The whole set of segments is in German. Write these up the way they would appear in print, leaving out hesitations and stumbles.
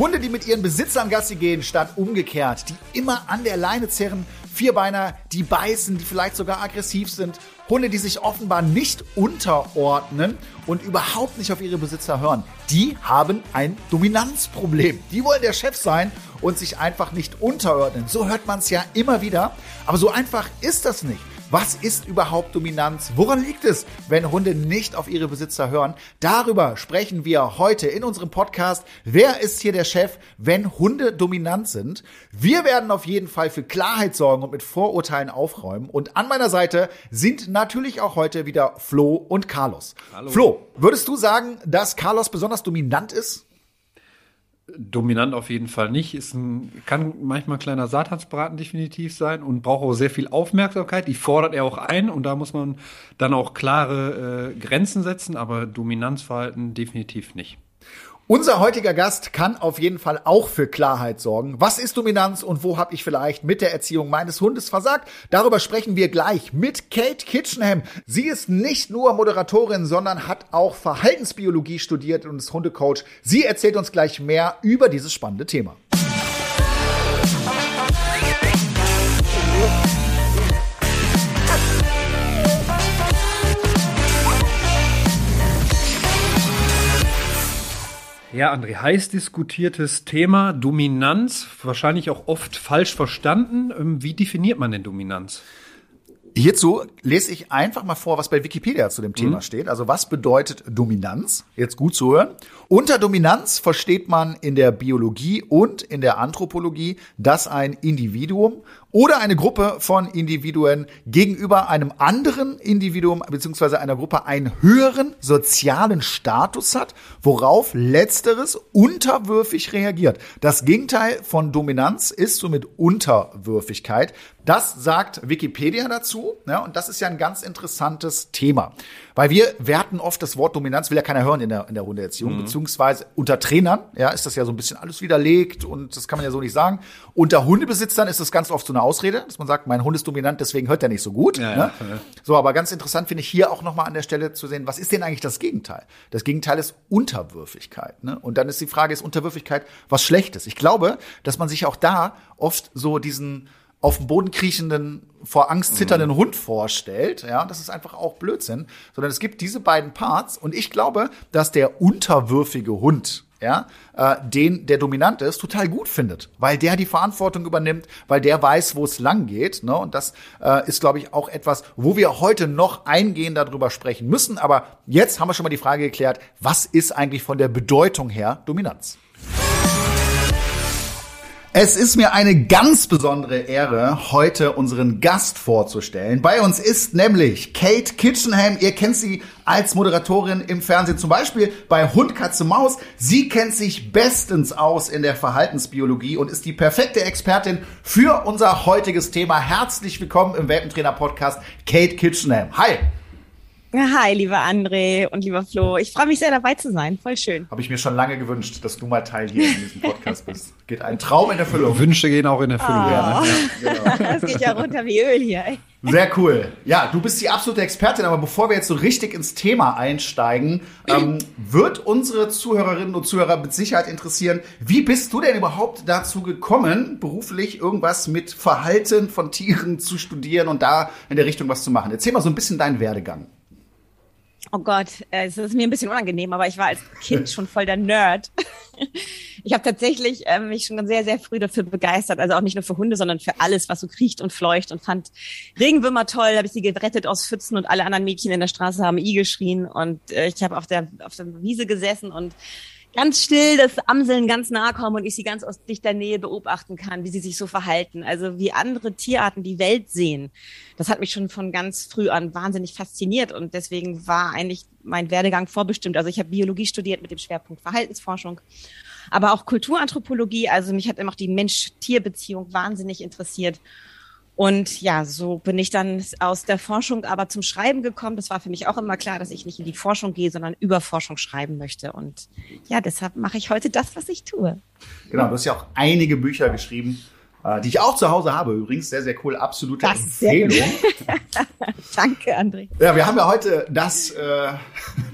Hunde, die mit ihren Besitzern Gassi gehen, statt umgekehrt, die immer an der Leine zerren, Vierbeiner, die beißen, die vielleicht sogar aggressiv sind, Hunde, die sich offenbar nicht unterordnen und überhaupt nicht auf ihre Besitzer hören, die haben ein Dominanzproblem. Die wollen der Chef sein und sich einfach nicht unterordnen. So hört man es ja immer wieder, aber so einfach ist das nicht. Was ist überhaupt Dominanz? Woran liegt es, wenn Hunde nicht auf ihre Besitzer hören? Darüber sprechen wir heute in unserem Podcast. Wer ist hier der Chef, wenn Hunde dominant sind? Wir werden auf jeden Fall für Klarheit sorgen und mit Vorurteilen aufräumen. Und an meiner Seite sind natürlich auch heute wieder Flo und Carlos. Hallo. Flo, würdest du sagen, dass Carlos besonders dominant ist? Dominant auf jeden Fall nicht. Kann manchmal ein kleiner Satansbraten definitiv sein und braucht auch sehr viel Aufmerksamkeit. Die fordert er auch ein und da muss man dann auch klare Grenzen setzen, aber Dominanzverhalten definitiv nicht. Unser heutiger Gast kann auf jeden Fall auch für Klarheit sorgen. Was ist Dominanz und wo habe ich vielleicht mit der Erziehung meines Hundes versagt? Darüber sprechen wir gleich mit Kate Kitchenham. Sie ist nicht nur Moderatorin, sondern hat auch Verhaltensbiologie studiert und ist Hundecoach. Sie erzählt uns gleich mehr über dieses spannende Thema. Ja, André, heiß diskutiertes Thema, Dominanz, wahrscheinlich auch oft falsch verstanden. Wie definiert man denn Dominanz? Hierzu lese ich einfach mal vor, was bei Wikipedia zu dem Thema steht. Also was bedeutet Dominanz? Jetzt gut zuhören. Unter Dominanz versteht man in der Biologie und in der Anthropologie, dass ein Individuum oder eine Gruppe von Individuen gegenüber einem anderen Individuum bzw. einer Gruppe einen höheren sozialen Status hat, worauf letzteres unterwürfig reagiert. Das Gegenteil von Dominanz ist somit Unterwürfigkeit. Das sagt Wikipedia dazu, ja, und das ist ja ein ganz interessantes Thema. Weil wir werten oft das Wort Dominanz, will ja keiner hören in der Hundeerziehung, beziehungsweise unter Trainern, ja, ist das ja so ein bisschen alles widerlegt und das kann man ja so nicht sagen. Unter Hundebesitzern ist das ganz oft so eine Ausrede, dass man sagt, mein Hund ist dominant, deswegen hört er nicht so gut. Ja, ne? ja. So, aber ganz interessant finde ich hier auch nochmal an der Stelle zu sehen, was ist denn eigentlich das Gegenteil? Das Gegenteil ist Unterwürfigkeit. Ne? Und dann ist die Frage, ist Unterwürfigkeit was Schlechtes? Ich glaube, dass man sich auch da oft so diesen auf dem Boden kriechenden, vor Angst zitternden Hund vorstellt. Ja, das ist einfach auch Blödsinn. Sondern es gibt diese beiden Parts. Und ich glaube, dass der unterwürfige Hund, ja, der dominant ist, total gut findet. Weil der die Verantwortung übernimmt, weil der weiß, wo es lang geht. Ne? Und das ist, glaube ich, auch etwas, wo wir heute noch eingehend darüber sprechen müssen. Aber jetzt haben wir schon mal die Frage geklärt, was ist eigentlich von der Bedeutung her Dominanz? Es ist mir eine ganz besondere Ehre, heute unseren Gast vorzustellen. Bei uns ist nämlich Kate Kitchenham. Ihr kennt sie als Moderatorin im Fernsehen, zum Beispiel bei Hund, Katze, Maus. Sie kennt sich bestens aus in der Verhaltensbiologie und ist die perfekte Expertin für unser heutiges Thema. Herzlich willkommen im Welpentrainer-Podcast, Kate Kitchenham. Hi! Hi, lieber André und lieber Flo. Ich freue mich sehr, dabei zu sein. Voll schön. Habe ich mir schon lange gewünscht, dass du mal Teil hier in diesem Podcast bist. Geht ein Traum in Erfüllung. Wünsche gehen auch in Erfüllung. Oh. Ja, genau. Das geht ja runter wie Öl hier. Sehr cool. Ja, du bist die absolute Expertin, aber bevor wir jetzt so richtig ins Thema einsteigen, wird unsere Zuhörerinnen und Zuhörer mit Sicherheit interessieren, wie bist du denn überhaupt dazu gekommen, beruflich irgendwas mit Verhalten von Tieren zu studieren und da in der Richtung was zu machen? Erzähl mal so ein bisschen deinen Werdegang. Oh Gott, es ist mir ein bisschen unangenehm, aber ich war als Kind schon voll der Nerd. Ich habe tatsächlich mich schon sehr, sehr früh dafür begeistert, also auch nicht nur für Hunde, sondern für alles, was so kriecht und fleucht und fand Regenwürmer toll, habe ich sie gerettet aus Pfützen und alle anderen Mädchen in der Straße haben I geschrien und ich habe auf der Wiese gesessen und ganz still das Amseln ganz nahe kommen und ich sie ganz aus dichter Nähe beobachten kann, wie sie sich so verhalten. Also wie andere Tierarten die Welt sehen. Das hat mich schon von ganz früh an wahnsinnig fasziniert und deswegen war eigentlich mein Werdegang vorbestimmt. Also ich habe Biologie studiert mit dem Schwerpunkt Verhaltensforschung, aber auch Kulturanthropologie. Also mich hat immer auch die Mensch-Tier-Beziehung wahnsinnig interessiert. Und ja, so bin ich dann aus der Forschung aber zum Schreiben gekommen. Das war für mich auch immer klar, dass ich nicht in die Forschung gehe, sondern über Forschung schreiben möchte. Und ja, deshalb mache ich heute das, was ich tue. Genau, du hast ja auch einige Bücher geschrieben, die ich auch zu Hause habe übrigens. Sehr, sehr cool. Absolute Empfehlung. Danke, André. Ja, wir haben ja heute das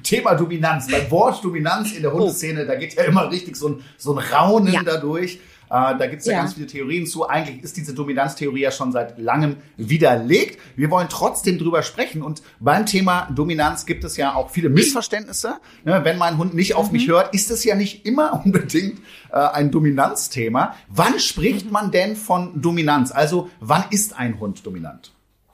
Thema Dominanz. Beim Wort Dominanz in der Hundeszene, da geht ja immer richtig so ein Raunen dadurch. Da gibt es ja ganz viele Theorien zu. Eigentlich ist diese Dominanztheorie ja schon seit langem widerlegt. Wir wollen trotzdem drüber sprechen. Und beim Thema Dominanz gibt es ja auch viele Missverständnisse. Wenn mein Hund nicht auf mich hört, ist es ja nicht immer unbedingt ein Dominanzthema. Wann spricht man denn von Dominanz? Also wann ist ein Hund dominant?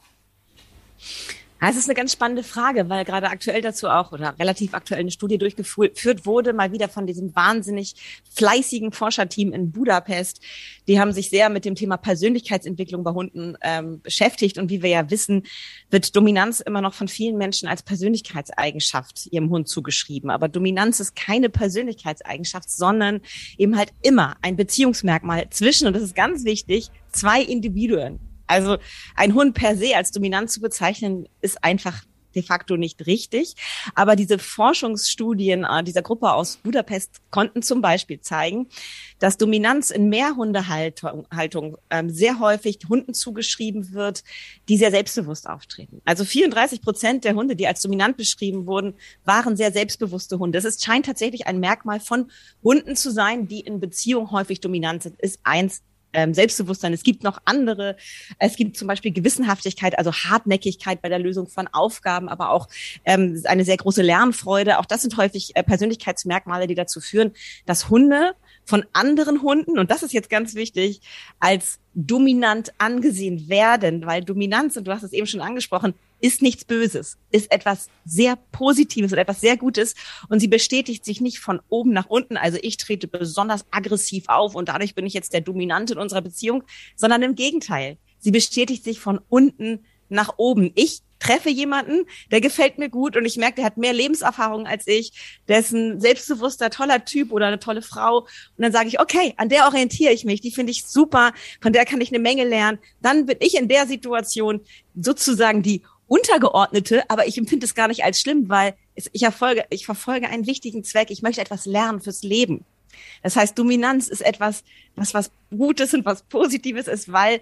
Das ist eine ganz spannende Frage, weil gerade aktuell dazu auch oder relativ aktuell eine Studie durchgeführt wurde, mal wieder von diesem wahnsinnig fleißigen Forscherteam in Budapest. Die haben sich sehr mit dem Thema Persönlichkeitsentwicklung bei Hunden beschäftigt. Und wie wir ja wissen, wird Dominanz immer noch von vielen Menschen als Persönlichkeitseigenschaft ihrem Hund zugeschrieben. Aber Dominanz ist keine Persönlichkeitseigenschaft, sondern eben halt immer ein Beziehungsmerkmal zwischen, und das ist ganz wichtig, zwei Individuen. Also ein Hund per se als dominant zu bezeichnen, ist einfach de facto nicht richtig. Aber diese Forschungsstudien dieser Gruppe aus Budapest konnten zum Beispiel zeigen, dass Dominanz in Mehrhundehaltung sehr häufig Hunden zugeschrieben wird, die sehr selbstbewusst auftreten. Also 34% der Hunde, die als dominant beschrieben wurden, waren sehr selbstbewusste Hunde. Es scheint tatsächlich ein Merkmal von Hunden zu sein, die in Beziehung häufig dominant sind, ist eins Selbstbewusstsein. Es gibt noch andere. Es gibt zum Beispiel Gewissenhaftigkeit, also Hartnäckigkeit bei der Lösung von Aufgaben, aber auch eine sehr große Lernfreude. Auch das sind häufig Persönlichkeitsmerkmale, die dazu führen, dass Hunde von anderen Hunden, und das ist jetzt ganz wichtig, als dominant angesehen werden, weil Dominanz, und du hast es eben schon angesprochen, ist nichts Böses, ist etwas sehr Positives und etwas sehr Gutes, und sie bestätigt sich nicht von oben nach unten, also ich trete besonders aggressiv auf und dadurch bin ich jetzt der Dominante in unserer Beziehung, sondern im Gegenteil. Sie bestätigt sich von unten nach oben. Ich treffe jemanden, der gefällt mir gut und ich merke, der hat mehr Lebenserfahrung als ich, der ist ein selbstbewusster, toller Typ oder eine tolle Frau, und dann sage ich, okay, an der orientiere ich mich, die finde ich super, von der kann ich eine Menge lernen. Dann bin ich in der Situation sozusagen die Untergeordnete, aber ich empfinde es gar nicht als schlimm, weil ich verfolge einen wichtigen Zweck. Ich möchte etwas lernen fürs Leben. Das heißt, Dominanz ist etwas, was Gutes und was Positives ist, weil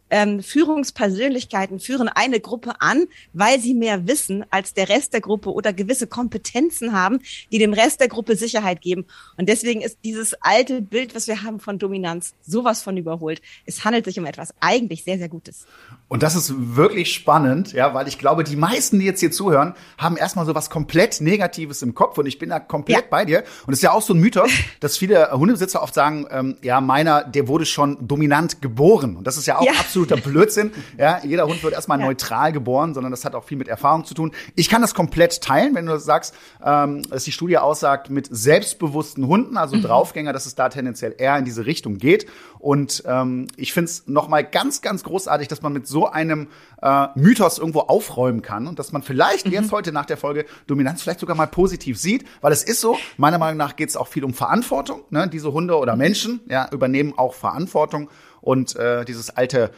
Führungspersönlichkeiten führen eine Gruppe an, weil sie mehr wissen als der Rest der Gruppe oder gewisse Kompetenzen haben, die dem Rest der Gruppe Sicherheit geben. Und deswegen ist dieses alte Bild, was wir haben von Dominanz, sowas von überholt. Es handelt sich um etwas eigentlich sehr, sehr Gutes. Und das ist wirklich spannend, ja, weil ich glaube, die meisten, die jetzt hier zuhören, haben erstmal so was komplett Negatives im Kopf, und ich bin da komplett bei dir. Und es ist ja auch so ein Mythos, dass viele Hundebesitzer oft sagen, ja, meiner, der wurde schon dominant geboren. Und das ist ja auch absoluter Blödsinn. Ja, jeder Hund wird erstmal neutral geboren, sondern das hat auch viel mit Erfahrung zu tun. Ich kann das komplett teilen, wenn du sagst, dass die Studie aussagt, mit selbstbewussten Hunden, also Draufgänger, dass es da tendenziell eher in diese Richtung geht. Und ich finde es nochmal ganz, ganz großartig, dass man mit so einem Mythos irgendwo aufräumen kann und dass man vielleicht jetzt heute nach der Folge Dominanz vielleicht sogar mal positiv sieht, weil es ist so, meiner Meinung nach geht es auch viel um Verantwortung. Ne? Diese Hunde oder Menschen übernehmen auch Verantwortung, und dieses alte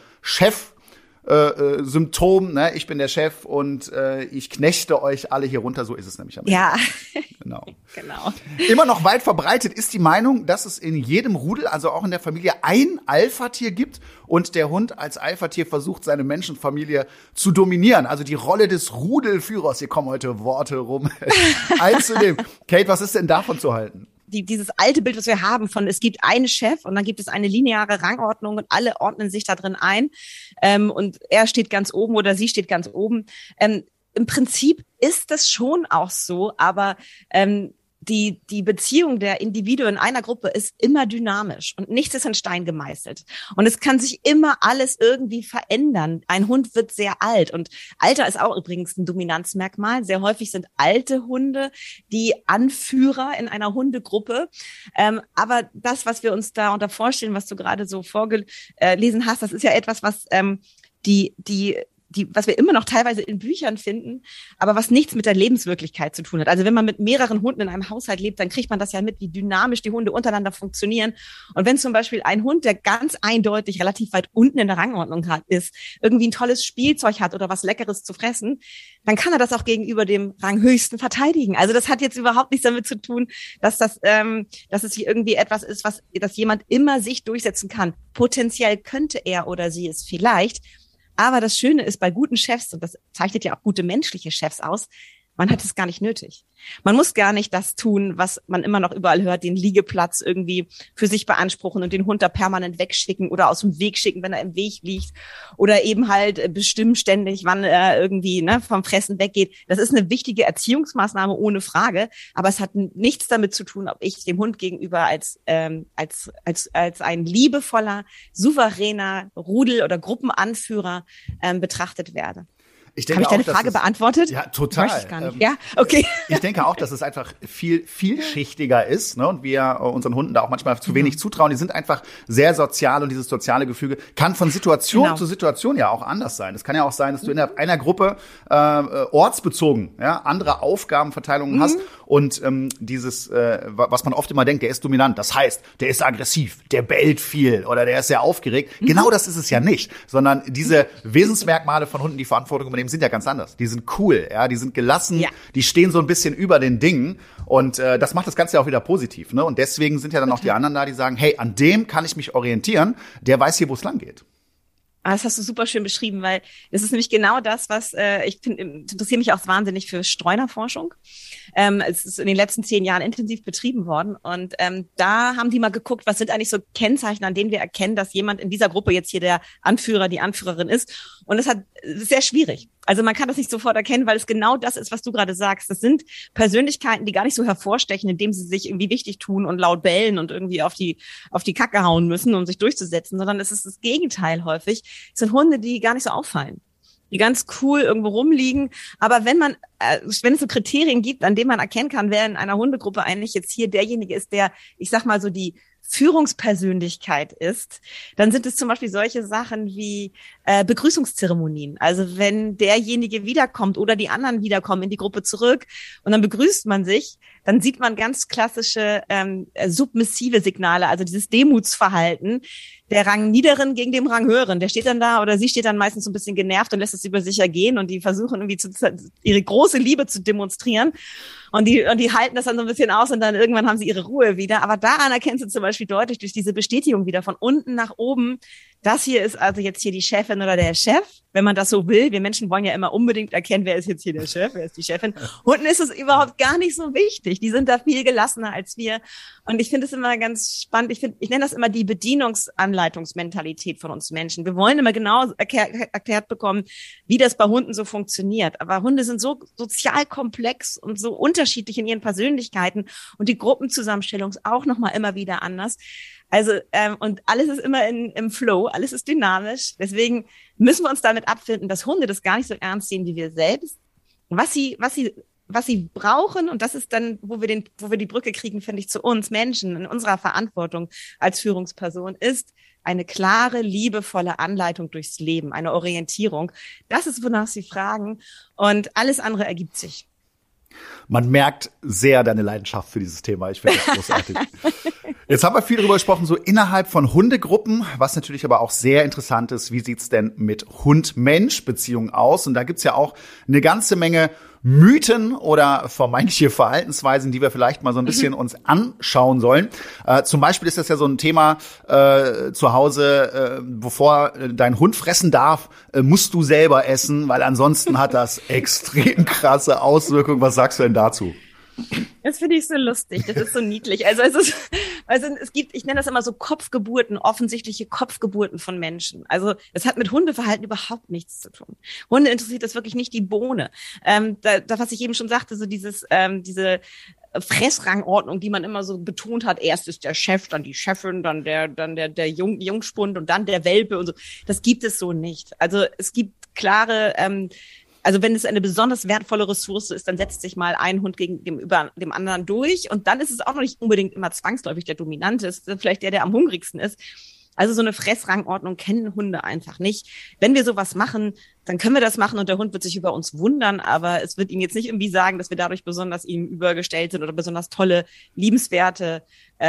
Chef-Symptom, ne? Ich bin der Chef und ich knechte euch alle hier runter, so ist es nämlich am Ende. Ja, genau. Genau. Immer noch weit verbreitet ist die Meinung, dass es in jedem Rudel, also auch in der Familie, ein Alpha-Tier gibt und der Hund als Alpha-Tier versucht, seine Menschenfamilie zu dominieren. Also die Rolle des Rudelführers. Hier kommen heute Worte rum einzunehmen. Kate, was ist denn davon zu halten? Dieses alte Bild, was wir haben von, es gibt einen Chef und dann gibt es eine lineare Rangordnung und alle ordnen sich da drin ein, und er steht ganz oben oder sie steht ganz oben. Im Prinzip ist das schon auch so, aber die Beziehung der Individuen einer Gruppe ist immer dynamisch und nichts ist in Stein gemeißelt. Und es kann sich immer alles irgendwie verändern. Ein Hund wird sehr alt und Alter ist auch übrigens ein Dominanzmerkmal. Sehr häufig sind alte Hunde die Anführer in einer Hundegruppe. Aber das, was wir uns da unter vorstellen, was du gerade so vorgelesen hast, das ist ja etwas, was was wir immer noch teilweise in Büchern finden, aber was nichts mit der Lebenswirklichkeit zu tun hat. Also wenn man mit mehreren Hunden in einem Haushalt lebt, dann kriegt man das ja mit, wie dynamisch die Hunde untereinander funktionieren. Und wenn zum Beispiel ein Hund, der ganz eindeutig relativ weit unten in der Rangordnung ist, irgendwie ein tolles Spielzeug hat oder was Leckeres zu fressen, dann kann er das auch gegenüber dem Ranghöchsten verteidigen. Also das hat jetzt überhaupt nichts damit zu tun, dass es hier irgendwie etwas ist, dass jemand immer sich durchsetzen kann. Potenziell könnte er oder sie es vielleicht. Aber das Schöne ist bei guten Chefs, und das zeichnet ja auch gute menschliche Chefs aus, Man hat es gar nicht nötig. Man muss gar nicht das tun, was man immer noch überall hört, den Liegeplatz irgendwie für sich beanspruchen und den Hund da permanent wegschicken oder aus dem Weg schicken, wenn er im Weg liegt oder eben halt bestimmen ständig, wann er irgendwie vom Fressen weggeht. Das ist eine wichtige Erziehungsmaßnahme ohne Frage, aber es hat nichts damit zu tun, ob ich dem Hund gegenüber als ein liebevoller, souveräner Rudel- oder Gruppenanführer betrachtet werde. Habe ich deine Frage beantwortet? Ja, total. Weiß ich gar nicht. Ja, okay. Ich denke auch, dass es einfach viel vielschichtiger ist, ne? Und wir unseren Hunden da auch manchmal zu wenig zutrauen. Die sind einfach sehr sozial und dieses soziale Gefüge kann von Situation zu Situation ja auch anders sein. Es kann ja auch sein, dass du in einer Gruppe ortsbezogen andere Aufgabenverteilungen hast und dieses, was man oft immer denkt, der ist dominant. Das heißt, der ist aggressiv, der bellt viel oder der ist sehr aufgeregt. Genau das ist es ja nicht, sondern diese Wesensmerkmale von Hunden, die Verantwortung übernehmen, sind ja ganz anders. Die sind cool, die sind gelassen, die stehen so ein bisschen über den Dingen und das macht das Ganze ja auch wieder positiv, ne? Und deswegen sind ja dann auch die anderen da, die sagen, hey, an dem kann ich mich orientieren, der weiß hier, wo es lang geht. Das hast du super schön beschrieben, weil das ist nämlich genau das, was ich interessiere mich auch wahnsinnig für Streunerforschung. Es ist in den letzten 10 Jahren intensiv betrieben worden und da haben die mal geguckt, was sind eigentlich so Kennzeichen, an denen wir erkennen, dass jemand in dieser Gruppe jetzt hier der Anführer, die Anführerin ist. Und es ist sehr schwierig. Also man kann das nicht sofort erkennen, weil es genau das ist, was du gerade sagst. Das sind Persönlichkeiten, die gar nicht so hervorstechen, indem sie sich irgendwie wichtig tun und laut bellen und irgendwie auf die Kacke hauen müssen, um sich durchzusetzen, sondern es ist das Gegenteil häufig. Es sind Hunde, die gar nicht so auffallen, die ganz cool irgendwo rumliegen. Aber wenn es so Kriterien gibt, an denen man erkennen kann, wer in einer Hundegruppe eigentlich jetzt hier derjenige ist, der, ich sag mal so, die Führungspersönlichkeit ist, dann sind es zum Beispiel solche Sachen wie Begrüßungszeremonien. Also wenn derjenige wiederkommt oder die anderen wiederkommen in die Gruppe zurück und dann begrüßt man sich, dann sieht man ganz klassische submissive Signale, also dieses Demutsverhalten der Rangniederen gegen den Ranghöheren. Der steht dann da oder sie steht dann meistens so ein bisschen genervt und lässt es über sich ergehen und die versuchen irgendwie ihre große Liebe zu demonstrieren und die halten das dann so ein bisschen aus und dann irgendwann haben sie ihre Ruhe wieder. Aber daran erkennst du zum Beispiel deutlich durch diese Bestätigung wieder von unten nach oben, das hier ist also jetzt hier die Chefin oder der Chef, wenn man das so will. Wir Menschen wollen ja immer unbedingt erkennen, wer ist jetzt hier der Chef, wer ist die Chefin. Hunden ist es überhaupt gar nicht so wichtig. Die sind da viel gelassener als wir. Und ich finde es immer ganz spannend. Ich nenne das immer die Bedienungsanleitungsmentalität von uns Menschen. Wir wollen immer genau erklärt bekommen, wie das bei Hunden so funktioniert. Aber Hunde sind so sozial komplex und so unterschiedlich in ihren Persönlichkeiten und die Gruppenzusammenstellung ist auch nochmal immer wieder anders. Also, und alles ist immer im Flow, alles ist dynamisch. Deswegen müssen wir uns damit abfinden, dass Hunde das gar nicht so ernst sehen wie wir selbst. Was sie brauchen, und das ist dann, wo wir die Brücke kriegen, finde ich, zu uns Menschen in unserer Verantwortung als Führungsperson, ist eine klare, liebevolle Anleitung durchs Leben, eine Orientierung. Das ist, wonach sie fragen. Und alles andere ergibt sich. Man merkt sehr deine Leidenschaft für dieses Thema. Ich finde das großartig. Jetzt haben wir viel darüber gesprochen, so innerhalb von Hundegruppen, was natürlich aber auch sehr interessant ist, wie sieht's denn mit Hund-Mensch-Beziehungen aus? Und da gibt's ja auch eine ganze Menge Mythen oder vermeintliche Verhaltensweisen, die wir vielleicht mal so ein bisschen uns anschauen sollen. Zum Beispiel ist das ja so ein Thema zu Hause, bevor dein Hund fressen darf, musst du selber essen, weil ansonsten hat das extrem krasse Auswirkungen. Was sagst du denn dazu? Das finde ich so lustig, das ist so niedlich. Also es gibt, ich nenne das immer so Kopfgeburten, offensichtliche Kopfgeburten von Menschen. Also das hat mit Hundeverhalten überhaupt nichts zu tun. Hunde interessiert das wirklich nicht die Bohne. Was ich eben schon sagte, so diese Fressrangordnung, die man immer so betont hat, erst ist der Chef, dann die Chefin, dann der Jungspund und dann der Welpe und so. Das gibt es so nicht. Also es gibt klare also wenn es eine besonders wertvolle Ressource ist, dann setzt sich mal ein Hund gegenüber dem anderen durch und dann ist es auch noch nicht unbedingt immer zwangsläufig der Dominante, es ist vielleicht der am hungrigsten ist. Also so eine Fressrangordnung kennen Hunde einfach nicht. Wenn wir sowas machen, dann können wir das machen und der Hund wird sich über uns wundern, aber es wird ihm jetzt nicht irgendwie sagen, dass wir dadurch besonders ihm übergestellt sind oder besonders tolle, liebenswerte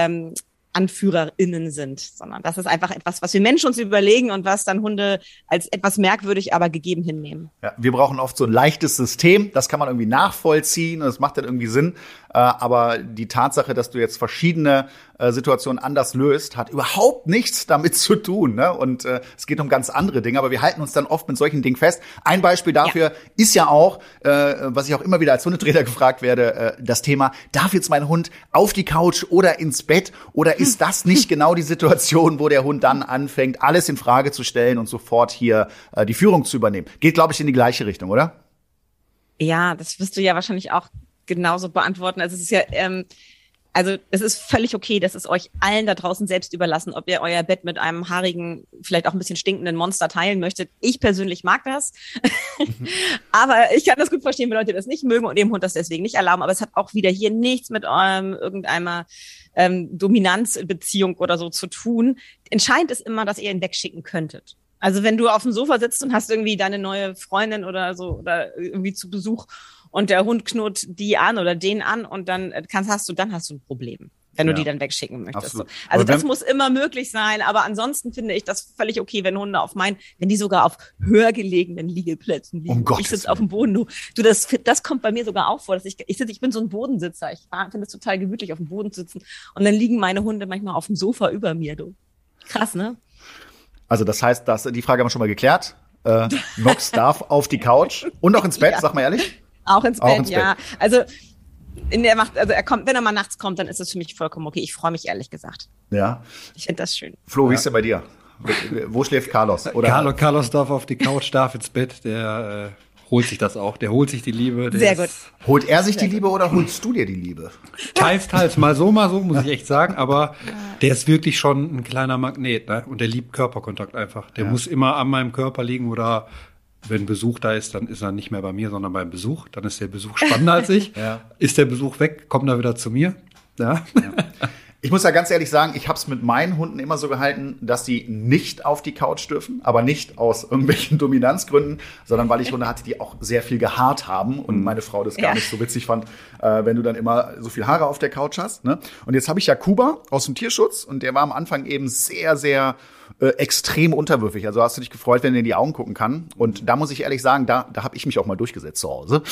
AnführerInnen sind, sondern das ist einfach etwas, was wir Menschen uns überlegen und was dann Hunde als etwas merkwürdig, aber gegeben hinnehmen. Ja, wir brauchen oft so ein leichtes System, das kann man irgendwie nachvollziehen und das macht dann irgendwie Sinn. Aber die Tatsache, dass du jetzt verschiedene Situation anders löst, hat überhaupt nichts damit zu tun. Ne? Und es geht um ganz andere Dinge, aber wir halten uns dann oft mit solchen Dingen fest. Ein Beispiel dafür ist ja auch, was ich auch immer wieder als Hundetrainer gefragt werde, das Thema, darf jetzt mein Hund auf die Couch oder ins Bett oder ist das nicht genau die Situation, wo der Hund dann anfängt, alles in Frage zu stellen und sofort hier die Führung zu übernehmen? Geht, glaube ich, in die gleiche Richtung, oder? Ja, das wirst du ja wahrscheinlich auch genauso beantworten. Also es ist ja, also es ist völlig okay, das ist euch allen da draußen selbst überlassen, ob ihr euer Bett mit einem haarigen, vielleicht auch ein bisschen stinkenden Monster teilen möchtet. Ich persönlich mag das, aber ich kann das gut verstehen, wenn Leute das nicht mögen und dem Hund das deswegen nicht erlauben. Aber es hat auch wieder hier nichts mit irgendeiner Dominanzbeziehung oder so zu tun. Entscheidend ist immer, dass ihr ihn wegschicken könntet. Also wenn du auf dem Sofa sitzt und hast irgendwie deine neue Freundin oder so oder irgendwie zu Besuch und der Hund knurrt die an oder den an und dann hast du ein Problem, wenn du die dann wegschicken möchtest. So. Also das muss immer möglich sein, aber ansonsten finde ich das völlig okay, wenn Hunde wenn die sogar auf höher gelegenen Liegeplätzen liegen. Ich sitze auf dem Boden. Das kommt bei mir sogar auch vor, dass ich bin so ein Bodensitzer. Ich finde es total gemütlich, auf dem Boden zu sitzen und dann liegen meine Hunde manchmal auf dem Sofa über mir. Du. Krass, ne? Also das heißt, die Frage haben wir schon mal geklärt. Nox darf auf die Couch und auch ins Bett, sag mal ehrlich. Auch ins Bett, ja. Also wenn er mal nachts kommt, dann ist es für mich vollkommen okay. Ich freue mich ehrlich gesagt. Ja. Ich finde das schön. Flo, wie ist denn bei dir? Wo schläft Carlos? Oder? Carlos darf auf die Couch, darf ins Bett. Der holt sich das auch. Der holt sich die Liebe. Sehr gut. Holt er sich die Liebe oder holst du dir die Liebe? Teils. Mal so, muss ich echt sagen. Aber der ist wirklich schon ein kleiner Magnet, ne? Und der liebt Körperkontakt einfach. Der muss immer an meinem Körper liegen oder wenn Besuch da ist, dann ist er nicht mehr bei mir, sondern beim Besuch. Dann ist der Besuch spannender als ich. Ja. Ist der Besuch weg, kommt er wieder zu mir. Ja. Ich muss ja ganz ehrlich sagen, ich habe es mit meinen Hunden immer so gehalten, dass sie nicht auf die Couch dürfen, aber nicht aus irgendwelchen Dominanzgründen, sondern weil ich Hunde hatte, die auch sehr viel gehaart haben und meine Frau das gar nicht so witzig fand, wenn du dann immer so viel Haare auf der Couch hast. Ne? Und jetzt habe ich ja Kuba aus dem Tierschutz und der war am Anfang eben sehr, sehr extrem unterwürfig. Also hast du dich gefreut, wenn er in die Augen gucken kann. Und da muss ich ehrlich sagen, da habe ich mich auch mal durchgesetzt zu Hause.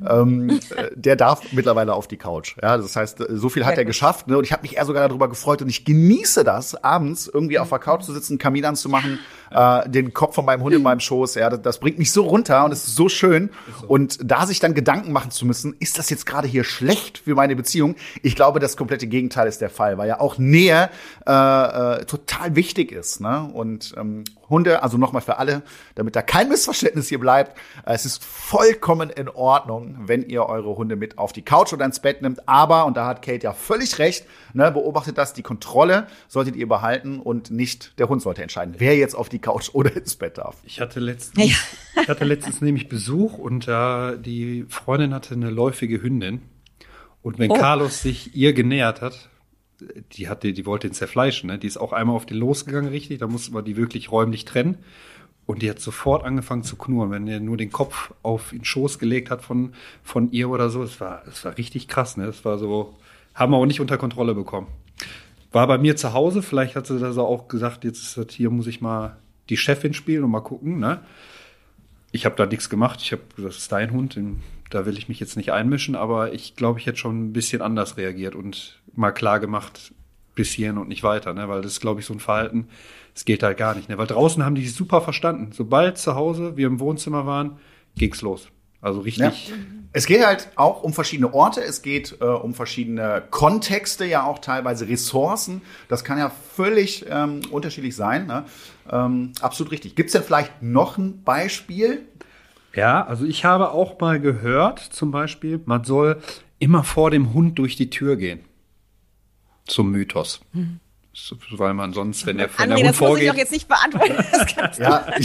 Der darf mittlerweile auf die Couch. Ja, das heißt, so viel hat er geschafft. Ne? Und ich habe mich eher sogar darüber gefreut. Und ich genieße das, abends irgendwie auf der Couch zu sitzen, Kamin anzumachen, den Kopf von meinem Hund in meinem Schoß. Ja, das bringt mich so runter und es ist so schön. Und da sich dann Gedanken machen zu müssen, ist das jetzt gerade hier schlecht für meine Beziehung? Ich glaube, das komplette Gegenteil ist der Fall, weil ja auch Nähe total wichtig ist. Ne? Und Hunde, also nochmal für alle, damit da kein Missverständnis hier bleibt, es ist vollkommen in Ordnung, wenn ihr eure Hunde mit auf die Couch oder ins Bett nimmt. Aber, und da hat Kate ja völlig recht, ne, beobachtet das, die Kontrolle solltet ihr behalten und nicht der Hund sollte entscheiden, wer jetzt auf die Couch oder ins Bett darf. Ich hatte letztens nämlich Besuch und die Freundin hatte eine läufige Hündin. Und wenn Carlos sich ihr genähert hat, die wollte ihn zerfleischen, ne? Die ist auch einmal auf den losgegangen, richtig, da musste man die wirklich räumlich trennen. Und die hat sofort angefangen zu knurren, wenn er nur den Kopf auf den Schoß gelegt hat von ihr oder so. Es war richtig krass, ne? Das war so, haben wir auch nicht unter Kontrolle bekommen. War bei mir zu Hause, vielleicht hat sie das auch gesagt, jetzt ist das hier, muss ich mal die Chefin spielen und mal gucken, ne? Ich habe da nichts gemacht, das ist dein Hund, da will ich mich jetzt nicht einmischen, aber ich glaube, ich hätte schon ein bisschen anders reagiert und mal klar gemacht, bis hierhin und nicht weiter, ne? Weil das ist, glaube ich, so ein Verhalten, das geht halt gar nicht, ne? Weil draußen haben die sich super verstanden. Sobald zu Hause wir im Wohnzimmer waren, ging's los. Also richtig. Ja. Es geht halt auch um verschiedene Orte, es geht um verschiedene Kontexte, ja auch teilweise Ressourcen. Das kann ja völlig unterschiedlich sein. Ne? Absolut richtig. Gibt's denn vielleicht noch ein Beispiel? Ja, also ich habe auch mal gehört, zum Beispiel, man soll immer vor dem Hund durch die Tür gehen. Zum Mythos. Weil man sonst, wenn der Hund vorgeht... Das muss ich doch jetzt nicht beantworten. Ja, ich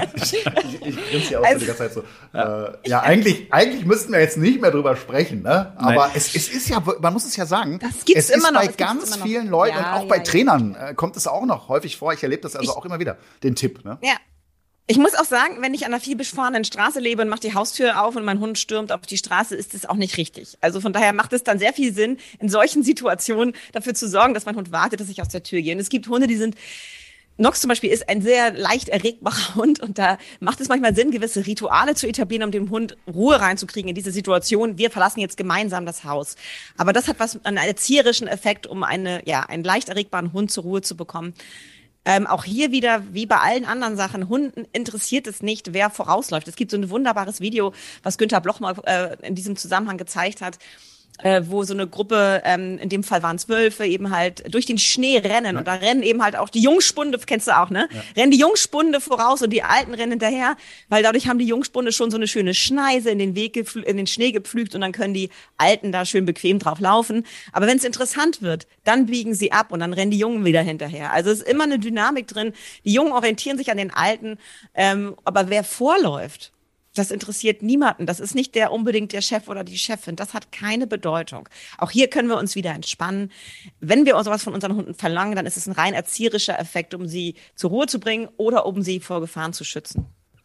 grinse ja auch die ganze Zeit so. Ja, eigentlich müssten wir jetzt nicht mehr drüber sprechen, ne? Aber es ist ja, man muss es ja sagen, das gibt's es immer ist noch, bei ganz vielen Leuten und auch bei Trainern kommt es auch noch häufig vor. Ich erlebe das also auch immer wieder, den Tipp, ne? Ja. Ich muss auch sagen, wenn ich an einer viel befahrenen Straße lebe und mache die Haustür auf und mein Hund stürmt auf die Straße, ist das auch nicht richtig. Also von daher macht es dann sehr viel Sinn, in solchen Situationen dafür zu sorgen, dass mein Hund wartet, dass ich aus der Tür gehe. Und es gibt Hunde, die sind Nox zum Beispiel ist ein sehr leicht erregbarer Hund und da macht es manchmal Sinn, gewisse Rituale zu etablieren, um dem Hund Ruhe reinzukriegen in diese Situation. Wir verlassen jetzt gemeinsam das Haus. Aber das hat einen erzieherischen Effekt, um einen leicht erregbaren Hund zur Ruhe zu bekommen. Auch hier wieder, wie bei allen anderen Sachen, Hunden interessiert es nicht, wer vorausläuft. Es gibt so ein wunderbares Video, was Günther Bloch mal in diesem Zusammenhang gezeigt hat, wo so eine Gruppe, in dem Fall waren es Wölfe, eben halt durch den Schnee rennen. Und da rennen eben halt auch die Jungspunde, kennst du auch, ne? Ja. Rennen die Jungspunde voraus und die Alten rennen hinterher, weil dadurch haben die Jungspunde schon so eine schöne Schneise in den Schnee gepflügt und dann können die Alten da schön bequem drauf laufen. Aber wenn es interessant wird, dann biegen sie ab und dann rennen die Jungen wieder hinterher. Also es ist immer eine Dynamik drin. Die Jungen orientieren sich an den Alten, aber wer vorläuft, das interessiert niemanden. Das ist nicht unbedingt der Chef oder die Chefin. Das hat keine Bedeutung. Auch hier können wir uns wieder entspannen. Wenn wir sowas von unseren Hunden verlangen, dann ist es ein rein erzieherischer Effekt, um sie zur Ruhe zu bringen oder um sie vor Gefahren zu schützen.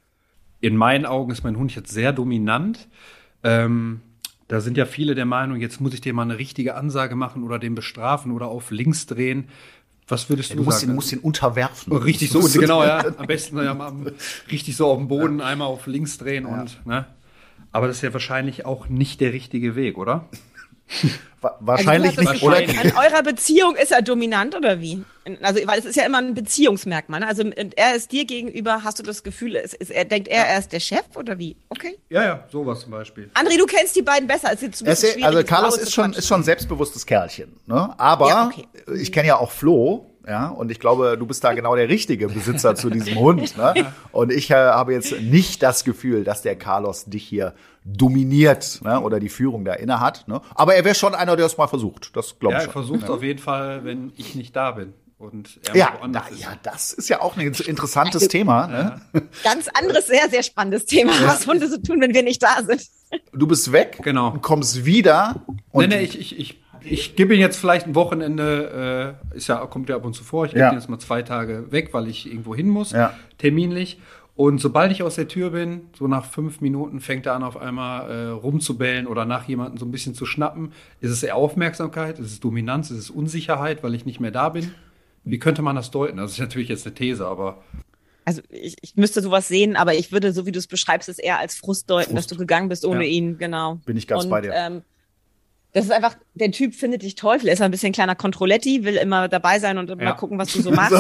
In meinen Augen ist mein Hund jetzt sehr dominant. Da sind ja viele der Meinung, jetzt muss ich dir mal eine richtige Ansage machen oder den bestrafen oder auf links drehen. Was würdest du sagen? Du musst ihn unterwerfen. Oh, richtig so, genau, ja. Am besten richtig so auf dem Boden einmal auf links drehen und, ne? Aber das ist ja wahrscheinlich auch nicht der richtige Weg, oder? Wahrscheinlich also nicht. Oder? In eurer Beziehung ist er dominant oder wie? Also, weil es ist ja immer ein Beziehungsmerkmal. Ne? Also er ist dir gegenüber, hast du das Gefühl, denkt er ist der Chef oder wie? Okay. Ja, sowas zum Beispiel. André, du kennst die beiden besser. Es ist also Carlos ist schon ein selbstbewusstes Kerlchen. Ne? Aber ja, okay. Ich kenne ja auch Flo. Ja, und ich glaube, du bist da genau der richtige Besitzer zu diesem Hund. Ne? Und ich habe jetzt nicht das Gefühl, dass der Carlos dich hier dominiert, ne? Oder die Führung da inne hat. Ne? Aber er wäre schon einer, der es mal versucht. Das glaube ich schon. Er versucht es auf jeden Fall, wenn ich nicht da bin. Und das ist ja auch ein interessantes Thema. Ne? Ganz anderes, sehr, sehr spannendes Thema, was Hunde so tun, wenn wir nicht da sind. Du bist weg, genau. Und kommst wieder. Und ich gebe ihn jetzt vielleicht ein Wochenende, kommt ja ab und zu vor, ich gebe ihn jetzt mal 2 Tage weg, weil ich irgendwo hin muss, terminlich. Und sobald ich aus der Tür bin, so nach 5 Minuten fängt er an, auf einmal rumzubellen oder nach jemandem so ein bisschen zu schnappen. Ist es eher Aufmerksamkeit, ist es Dominanz, ist es Unsicherheit, weil ich nicht mehr da bin? Wie könnte man das deuten? Das ist natürlich jetzt eine These, aber... Also ich müsste sowas sehen, aber ich würde, so wie du es beschreibst, es eher als Frust deuten, dass du gegangen bist ohne ihn, genau. Bin ich ganz bei dir. Das ist einfach, der Typ findet dich toll, er ist ein bisschen kleiner Kontrolletti, will immer dabei sein und mal gucken, was du so machst.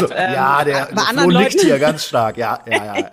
Der Flo liegt hier ganz stark, ja.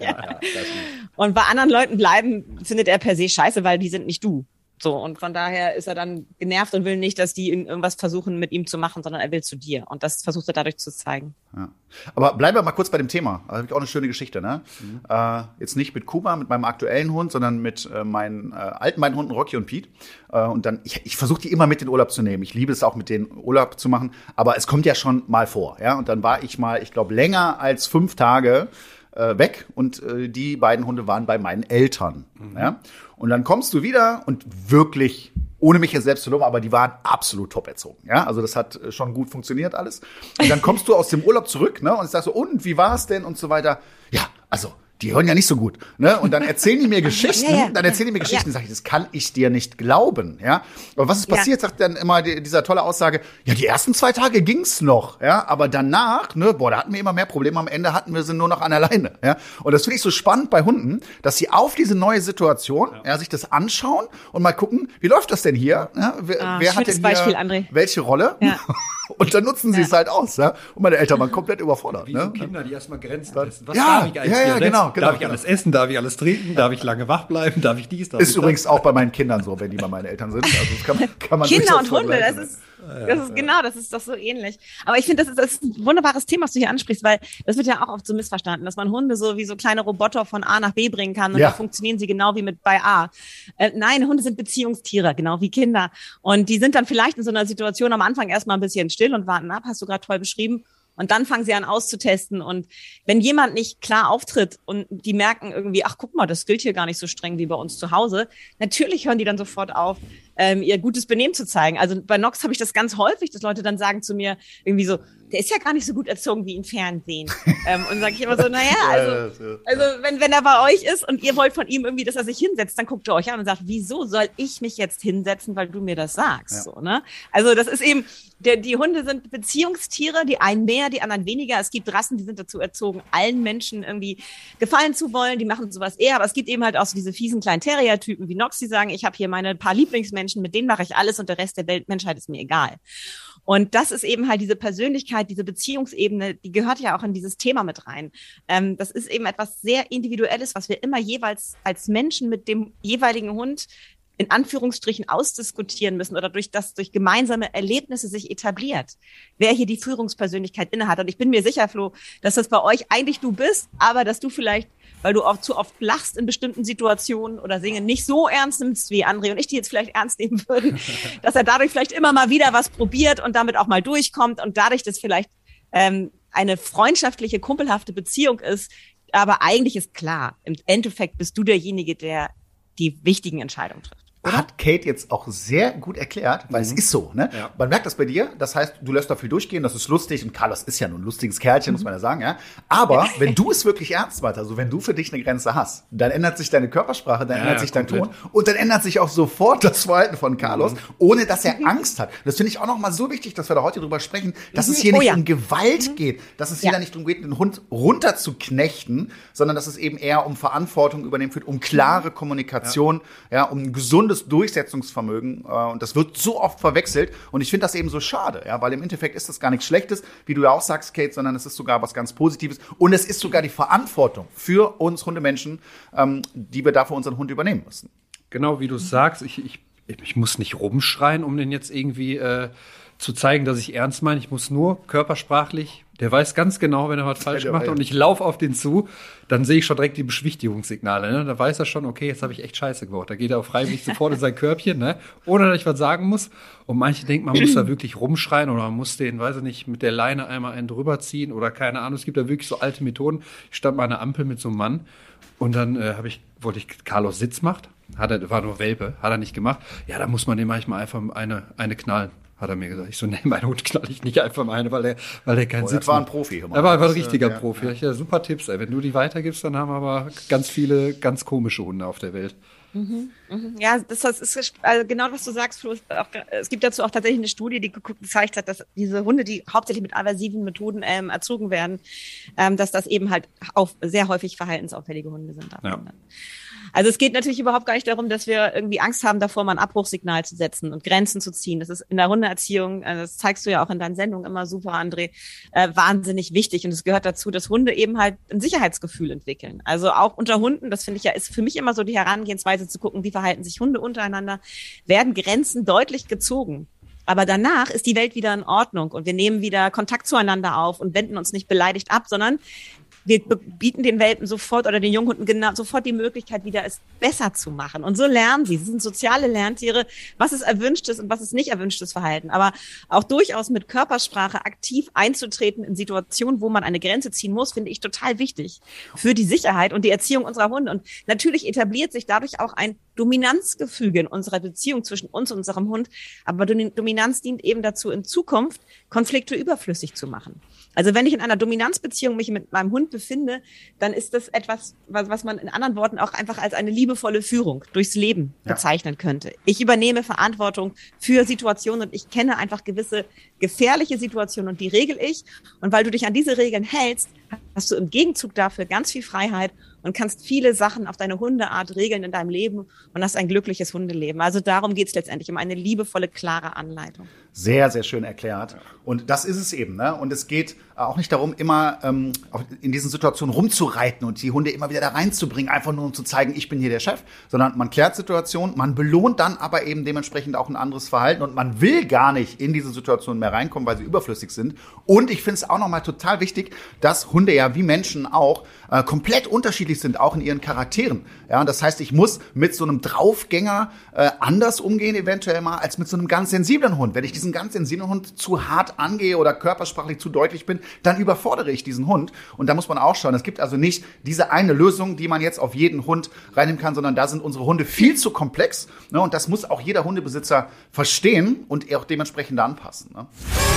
Und bei anderen Leuten bleiben, findet er per se scheiße, weil die sind nicht du. So, und von daher ist er dann genervt und will nicht, dass die irgendwas versuchen mit ihm zu machen, sondern er will zu dir. Und das versucht er dadurch zu zeigen. Ja. Aber bleiben wir mal kurz bei dem Thema. Da habe ich auch eine schöne Geschichte, ne? Jetzt nicht mit Kuba, mit meinem aktuellen Hund, sondern mit meinen alten beiden Hunden Rocky und Pete. Und dann, ich versuche die immer mit in den Urlaub zu nehmen. Ich liebe es auch, mit denen Urlaub zu machen. Aber es kommt ja schon mal vor, ja? Und dann war ich mal, ich glaube, länger als 5 Tage weg und die beiden Hunde waren bei meinen Eltern. Ja? Und dann kommst du wieder und wirklich, ohne mich jetzt selbst zu loben, aber die waren absolut top erzogen. Ja? Also das hat schon gut funktioniert alles. Und dann kommst du aus dem Urlaub zurück, ne? Und ich sag so, und wie war es denn und so weiter. Ja, also die hören ja nicht so gut, ne? Und dann erzählen die mir Geschichten, sag ich, das kann ich dir nicht glauben, ja? Aber was ist passiert, sagt dann immer dieser tolle Aussage, ja, die ersten 2 Tage ging's noch, ja? Aber danach, ne, da hatten wir immer mehr Probleme, am Ende hatten wir sie nur noch an der Leine, ja? Und das finde ich so spannend bei Hunden, dass sie auf diese neue Situation, sich das anschauen und mal gucken, wie läuft das denn hier? Ja? Wer hat denn hier Beispiel, André. Welche Rolle? Ja. Und dann nutzen sie es halt aus, ja? Und meine Eltern waren komplett überfordert. Wie so Kinder, die erstmal Grenzen testen. Was darf ich eigentlich? Ja, genau. Darf ich alles essen? Darf ich alles trinken? Darf ich lange wach bleiben? Darf ich dies? Ist übrigens auch bei meinen Kindern so, wenn die bei meinen Eltern sind. Also das kann man Kinder und Hunde, das ist doch so ähnlich. Aber ich finde, das ist ein wunderbares Thema, was du hier ansprichst, weil das wird ja auch oft so missverstanden, dass man Hunde so wie so kleine Roboter von A nach B bringen kann und da funktionieren sie genau wie bei A. Nein, Hunde sind Beziehungstiere, genau wie Kinder. Und die sind dann vielleicht in so einer Situation am Anfang erstmal ein bisschen still und warten ab, hast du gerade toll beschrieben. Und dann fangen sie an auszutesten. Und wenn jemand nicht klar auftritt und die merken irgendwie, ach, guck mal, das gilt hier gar nicht so streng wie bei uns zu Hause, natürlich hören die dann sofort auf, ihr gutes Benehmen zu zeigen. Also bei Nox habe ich das ganz häufig, dass Leute dann sagen zu mir irgendwie so, der ist ja gar nicht so gut erzogen wie im Fernsehen. Und sage ich immer so, naja, also wenn er bei euch ist und ihr wollt von ihm irgendwie, dass er sich hinsetzt, dann guckt ihr euch an und sagt, wieso soll ich mich jetzt hinsetzen, weil du mir das sagst? Ja. So, ne? Also das ist eben, die Hunde sind Beziehungstiere, die einen mehr, die anderen weniger. Es gibt Rassen, die sind dazu erzogen, allen Menschen irgendwie gefallen zu wollen, die machen sowas eher, aber es gibt eben halt auch so diese fiesen kleinen Terrier-Typen wie Nox, die sagen, ich habe hier meine paar Lieblingsmenschen, mit denen mache ich alles und der Rest der Menschheit ist mir egal. Und das ist eben halt diese Persönlichkeit, diese Beziehungsebene, die gehört ja auch in dieses Thema mit rein. Das ist eben etwas sehr Individuelles, was wir immer jeweils als Menschen mit dem jeweiligen Hund in Anführungsstrichen ausdiskutieren müssen oder durch gemeinsame Erlebnisse sich etabliert, wer hier die Führungspersönlichkeit innehat. Und ich bin mir sicher, Flo, dass das bei euch eigentlich du bist, aber dass du vielleicht, weil du auch zu oft lachst in bestimmten Situationen oder Dinge nicht so ernst nimmst, wie André und ich die jetzt vielleicht ernst nehmen würden, dass er dadurch vielleicht immer mal wieder was probiert und damit auch mal durchkommt und dadurch, dass vielleicht eine freundschaftliche, kumpelhafte Beziehung ist. Aber eigentlich ist klar, im Endeffekt bist du derjenige, der die wichtigen Entscheidungen trifft. Oder? Hat Kate jetzt auch sehr gut erklärt, weil es ist so, ne? Ja. Man merkt das bei dir, das heißt, du lässt da viel durchgehen, das ist lustig und Carlos ist ja nun ein lustiges Kerlchen, muss man ja sagen, ja. Aber wenn du es wirklich ernst meinst, also wenn du für dich eine Grenze hast, dann ändert sich deine Körpersprache, dann ändert sich dein Ton und dann ändert sich auch sofort das Verhalten von Carlos, ohne dass er Angst hat. Das finde ich auch noch mal so wichtig, dass wir da heute drüber sprechen, dass es hier nicht um Gewalt geht, dass es hier da nicht darum geht, den Hund runter zu knechten, sondern dass es eben eher um Verantwortung übernehmen wird, um klare Kommunikation, um ein gesundes Durchsetzungsvermögen und das wird so oft verwechselt und ich finde das eben so schade, weil im Endeffekt ist das gar nichts Schlechtes, wie du ja auch sagst, Kate, sondern es ist sogar was ganz Positives und es ist sogar die Verantwortung für uns Hundemenschen, die wir da für unseren Hund übernehmen müssen. Genau, wie du sagst, ich muss nicht rumschreien, um den jetzt irgendwie zu zeigen, dass ich ernst meine. Ich muss nur körpersprachlich, der weiß ganz genau, wenn er was falsch macht und ich laufe auf den zu, dann sehe ich schon direkt die Beschwichtigungssignale. Ne? Da weiß er schon, okay, jetzt habe ich echt Scheiße gebaut. Da geht er auch freiwillig sofort in sein Körbchen, ne? Ohne dass ich was sagen muss. Und manche denken, man muss da wirklich rumschreien oder man muss den, weiß ich nicht, mit der Leine einmal einen drüber ziehen oder keine Ahnung. Es gibt da wirklich so alte Methoden. Ich stand mal an einer Ampel mit so einem Mann und dann wollte ich Carlos Sitz macht. War nur Welpe, hat er nicht gemacht. Ja, da muss man dem manchmal einfach eine knallen. Hat er mir gesagt. Ich so, nee, meinen Hund knall ich nicht einfach mal eine, weil der keinen Sitz war ein Profi. Er war ein richtiger Profi. Ja, super Tipps, ey. Wenn du die weitergibst, dann haben wir aber ganz viele ganz komische Hunde auf der Welt. Ja, das ist also genau, was du sagst, Flo. Es gibt dazu auch tatsächlich eine Studie, die gezeigt hat, dass diese Hunde, die hauptsächlich mit aversiven Methoden erzogen werden, dass das eben halt auch sehr häufig verhaltensauffällige Hunde sind. Ja. Also es geht natürlich überhaupt gar nicht darum, dass wir irgendwie Angst haben davor, mal ein Abbruchssignal zu setzen und Grenzen zu ziehen. Das ist in der Hundeerziehung, das zeigst du ja auch in deinen Sendungen immer super, André, wahnsinnig wichtig. Und es gehört dazu, dass Hunde eben halt ein Sicherheitsgefühl entwickeln. Also auch unter Hunden, das finde ich ja, ist für mich immer so die Herangehensweise zu gucken, wie verhalten sich Hunde untereinander, werden Grenzen deutlich gezogen. Aber danach ist die Welt wieder in Ordnung und wir nehmen wieder Kontakt zueinander auf und wenden uns nicht beleidigt ab, sondern wir bieten den Welpen sofort oder den Junghunden genau sofort die Möglichkeit, wieder es besser zu machen. Und so lernen sie. Sie sind soziale Lerntiere, was ist erwünschtes und was ist nicht erwünschtes Verhalten. Aber auch durchaus mit Körpersprache aktiv einzutreten in Situationen, wo man eine Grenze ziehen muss, finde ich total wichtig für die Sicherheit und die Erziehung unserer Hunde. Und natürlich etabliert sich dadurch auch ein Dominanzgefüge in unserer Beziehung zwischen uns und unserem Hund. Aber Dominanz dient eben dazu, in Zukunft Konflikte überflüssig zu machen. Also wenn ich in einer Dominanzbeziehung mich mit meinem Hund befinde, dann ist das etwas, was man in anderen Worten auch einfach als eine liebevolle Führung durchs Leben bezeichnen könnte. Ich übernehme Verantwortung für Situationen und ich kenne einfach gewisse gefährliche Situationen und die regel ich. Und weil du dich an diese Regeln hältst, hast du im Gegenzug dafür ganz viel Freiheit und kannst viele Sachen auf deine Hundeart regeln in deinem Leben und hast ein glückliches Hundeleben. Also darum geht es letztendlich, um eine liebevolle, klare Anleitung. Sehr, sehr schön erklärt. Und das ist es eben, ne? Und es geht auch nicht darum, immer in diesen Situationen rumzureiten und die Hunde immer wieder da reinzubringen, einfach nur um zu zeigen, ich bin hier der Chef, sondern man klärt Situationen, man belohnt dann aber eben dementsprechend auch ein anderes Verhalten und man will gar nicht in diese Situationen mehr reinkommen, weil sie überflüssig sind. Und ich finde es auch nochmal total wichtig, dass Hunde ja wie Menschen auch komplett unterschiedlich unterschiedlich sind, auch in ihren Charakteren. Ja, und das heißt, ich muss mit so einem Draufgänger anders umgehen, eventuell mal, als mit so einem ganz sensiblen Hund. Wenn ich diesen ganz sensiblen Hund zu hart angehe oder körpersprachlich zu deutlich bin, dann überfordere ich diesen Hund. Und da muss man auch schauen, es gibt also nicht diese eine Lösung, die man jetzt auf jeden Hund reinnehmen kann, sondern da sind unsere Hunde viel zu komplex. Ne? Und das muss auch jeder Hundebesitzer verstehen und auch dementsprechend anpassen. Ne?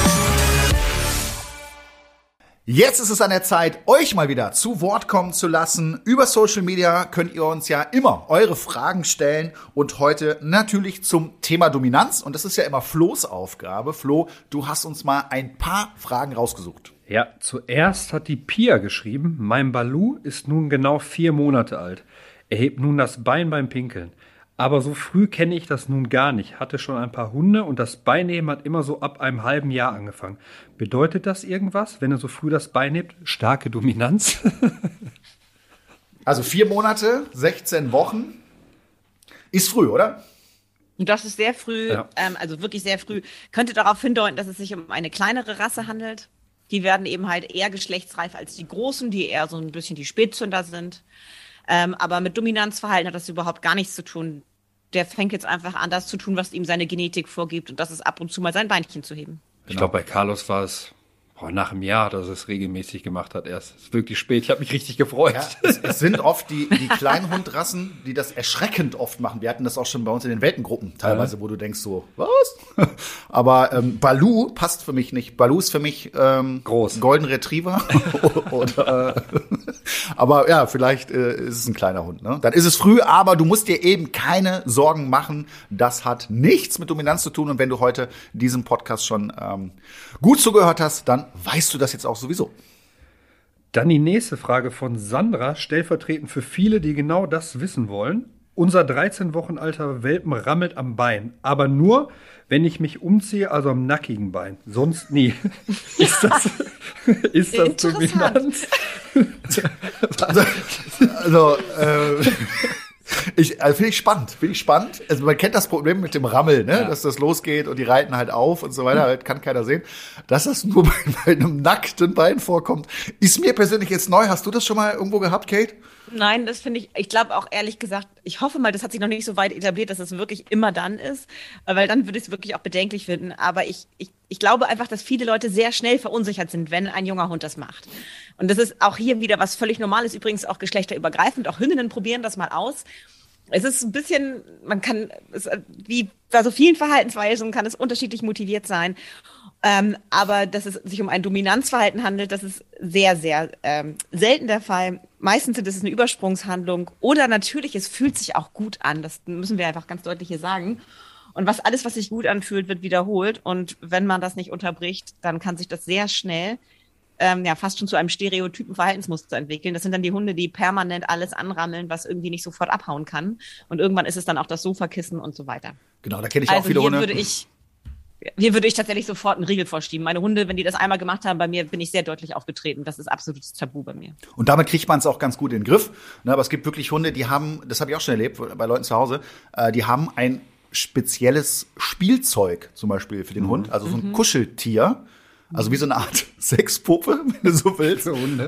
Jetzt ist es an der Zeit, euch mal wieder zu Wort kommen zu lassen. Über Social Media könnt ihr uns ja immer eure Fragen stellen und heute natürlich zum Thema Dominanz. Und das ist ja immer Flo's Aufgabe. Flo, du hast uns mal ein paar Fragen rausgesucht. Ja, zuerst hat die Pia geschrieben, mein Balu ist nun genau 4 Monate alt. Er hebt nun das Bein beim Pinkeln. Aber so früh kenne ich das nun gar nicht. Hatte schon ein paar Hunde und das Beinheben hat immer so ab einem halben Jahr angefangen. Bedeutet das irgendwas, wenn er so früh das Bein hebt? Starke Dominanz? Also 4 Monate, 16 Wochen. Ist früh, oder? Und das ist sehr früh, Ja. also wirklich sehr früh. Könnte darauf hindeuten, dass es sich um eine kleinere Rasse handelt. Die werden eben halt eher geschlechtsreif als die Großen, die eher so ein bisschen die Spätzünder sind. Aber mit Dominanzverhalten hat das überhaupt gar nichts zu tun. Der fängt jetzt einfach an, das zu tun, was ihm seine Genetik vorgibt. Und das ist ab und zu mal sein Beinchen zu heben. Ich glaube, bei Carlos war es nach einem Jahr, dass er es regelmäßig gemacht hat. Erst ist wirklich spät. Ich habe mich richtig gefreut. Ja, es sind oft die kleinen Hundrassen, die das erschreckend oft machen. Wir hatten das auch schon bei uns in den Welpengruppen teilweise, wo du denkst so, was? Aber Balu passt für mich nicht. Balu ist für mich Groß. Golden Retriever. Oder, aber ja, vielleicht ist es ein kleiner Hund. Ne? Dann ist es früh, aber du musst dir eben keine Sorgen machen. Das hat nichts mit Dominanz zu tun. Und wenn du heute diesem Podcast schon gut zugehört hast, dann weißt du das jetzt auch sowieso. Dann die nächste Frage von Sandra, stellvertretend für viele, die genau das wissen wollen. Unser 13 Wochen alter Welpen rammelt am Bein, aber nur, wenn ich mich umziehe, also am nackigen Bein. Sonst nie. Ist das dominant? Also, finde ich spannend. Also man kennt das Problem mit dem Rammel, ne? Ja. Dass das losgeht und die reiten halt auf und so weiter, halt kann keiner sehen. Dass das nur bei einem nackten Bein vorkommt, ist mir persönlich jetzt neu. Hast du das schon mal irgendwo gehabt, Kate? Nein, das finde ich glaube auch ehrlich gesagt, ich hoffe mal, das hat sich noch nicht so weit etabliert, dass es wirklich immer dann ist, weil dann würde ich es wirklich auch bedenklich finden. Aber ich glaube einfach, dass viele Leute sehr schnell verunsichert sind, wenn ein junger Hund das macht. Und das ist auch hier wieder was völlig Normales, übrigens auch geschlechterübergreifend. Auch Hündinnen probieren das mal aus. Es ist ein bisschen, wie bei so vielen Verhaltensweisen kann es unterschiedlich motiviert sein. Aber dass es sich um ein Dominanzverhalten handelt, das ist sehr, sehr selten der Fall. Meistens ist es eine Übersprungshandlung oder natürlich, es fühlt sich auch gut an. Das müssen wir einfach ganz deutlich hier sagen. Und alles, was sich gut anfühlt, wird wiederholt. Und wenn man das nicht unterbricht, dann kann sich das sehr schnell fast schon zu einem stereotypen Verhaltensmuster entwickeln. Das sind dann die Hunde, die permanent alles anrammeln, was irgendwie nicht sofort abhauen kann. Und irgendwann ist es dann auch das Sofakissen und so weiter. Genau, da kenne ich auch viele Hunde. Hier würde ich tatsächlich sofort einen Riegel vorschieben. Meine Hunde, wenn die das einmal gemacht haben, bei mir bin ich sehr deutlich aufgetreten. Das ist absolutes Tabu bei mir. Und damit kriegt man es auch ganz gut in den Griff. Ne, aber es gibt wirklich Hunde, die haben, das habe ich auch schon erlebt bei Leuten zu Hause, die haben ein spezielles Spielzeug zum Beispiel für den Hund, also so ein Kuscheltier. Also wie so eine Art Sexpuppe, wenn du so willst,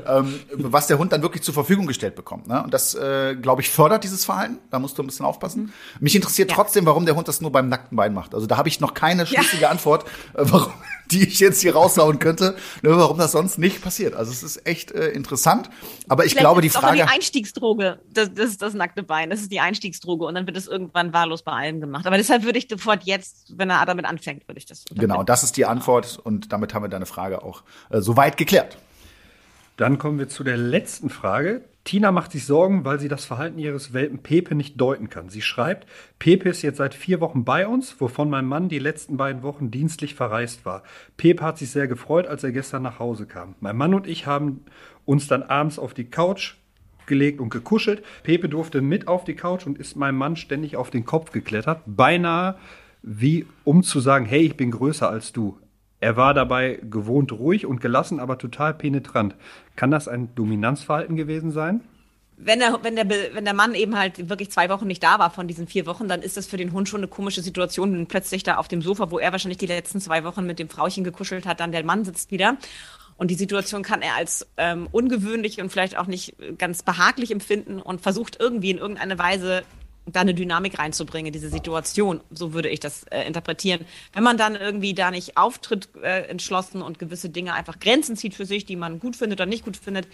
was der Hund dann wirklich zur Verfügung gestellt bekommt. Ne? Und das, glaube ich, fördert dieses Verhalten. Da musst du ein bisschen aufpassen. Mich interessiert trotzdem, warum der Hund das nur beim nackten Bein macht. Also da habe ich noch keine schlüssige Antwort, warum, die ich jetzt hier raushauen könnte, ne, warum das sonst nicht passiert. Also es ist echt interessant. Aber ich glaube, die Frage... Das ist die Einstiegsdroge, das ist das nackte Bein. Das ist die Einstiegsdroge. Und dann wird es irgendwann wahllos bei allem gemacht. Aber deshalb würde ich sofort jetzt, wenn er damit anfängt, würde ich das unterbinden. Genau, das ist die Antwort. Und damit haben wir deine Frage auch soweit geklärt. Dann kommen wir zu der letzten Frage. Tina macht sich Sorgen, weil sie das Verhalten ihres Welpen Pepe nicht deuten kann. Sie schreibt, Pepe ist jetzt seit 4 Wochen bei uns, wovon mein Mann die letzten 2 Wochen dienstlich verreist war. Pepe hat sich sehr gefreut, als er gestern nach Hause kam. Mein Mann und ich haben uns dann abends auf die Couch gelegt und gekuschelt. Pepe durfte mit auf die Couch und ist meinem Mann ständig auf den Kopf geklettert. Beinahe wie um zu sagen, hey, ich bin größer als du. Er war dabei gewohnt ruhig und gelassen, aber total penetrant. Kann das ein Dominanzverhalten gewesen sein? Wenn der Mann eben halt wirklich 2 Wochen nicht da war von diesen 4 Wochen, dann ist das für den Hund schon eine komische Situation. Und plötzlich da auf dem Sofa, wo er wahrscheinlich die letzten 2 Wochen mit dem Frauchen gekuschelt hat, dann der Mann sitzt wieder. Und die Situation kann er als ungewöhnlich und vielleicht auch nicht ganz behaglich empfinden und versucht irgendwie in irgendeine Weise da eine Dynamik reinzubringen, diese Situation. So würde ich das interpretieren. Wenn man dann irgendwie da nicht auftritt, entschlossen und gewisse Dinge einfach Grenzen zieht für sich, die man gut findet oder nicht gut findet,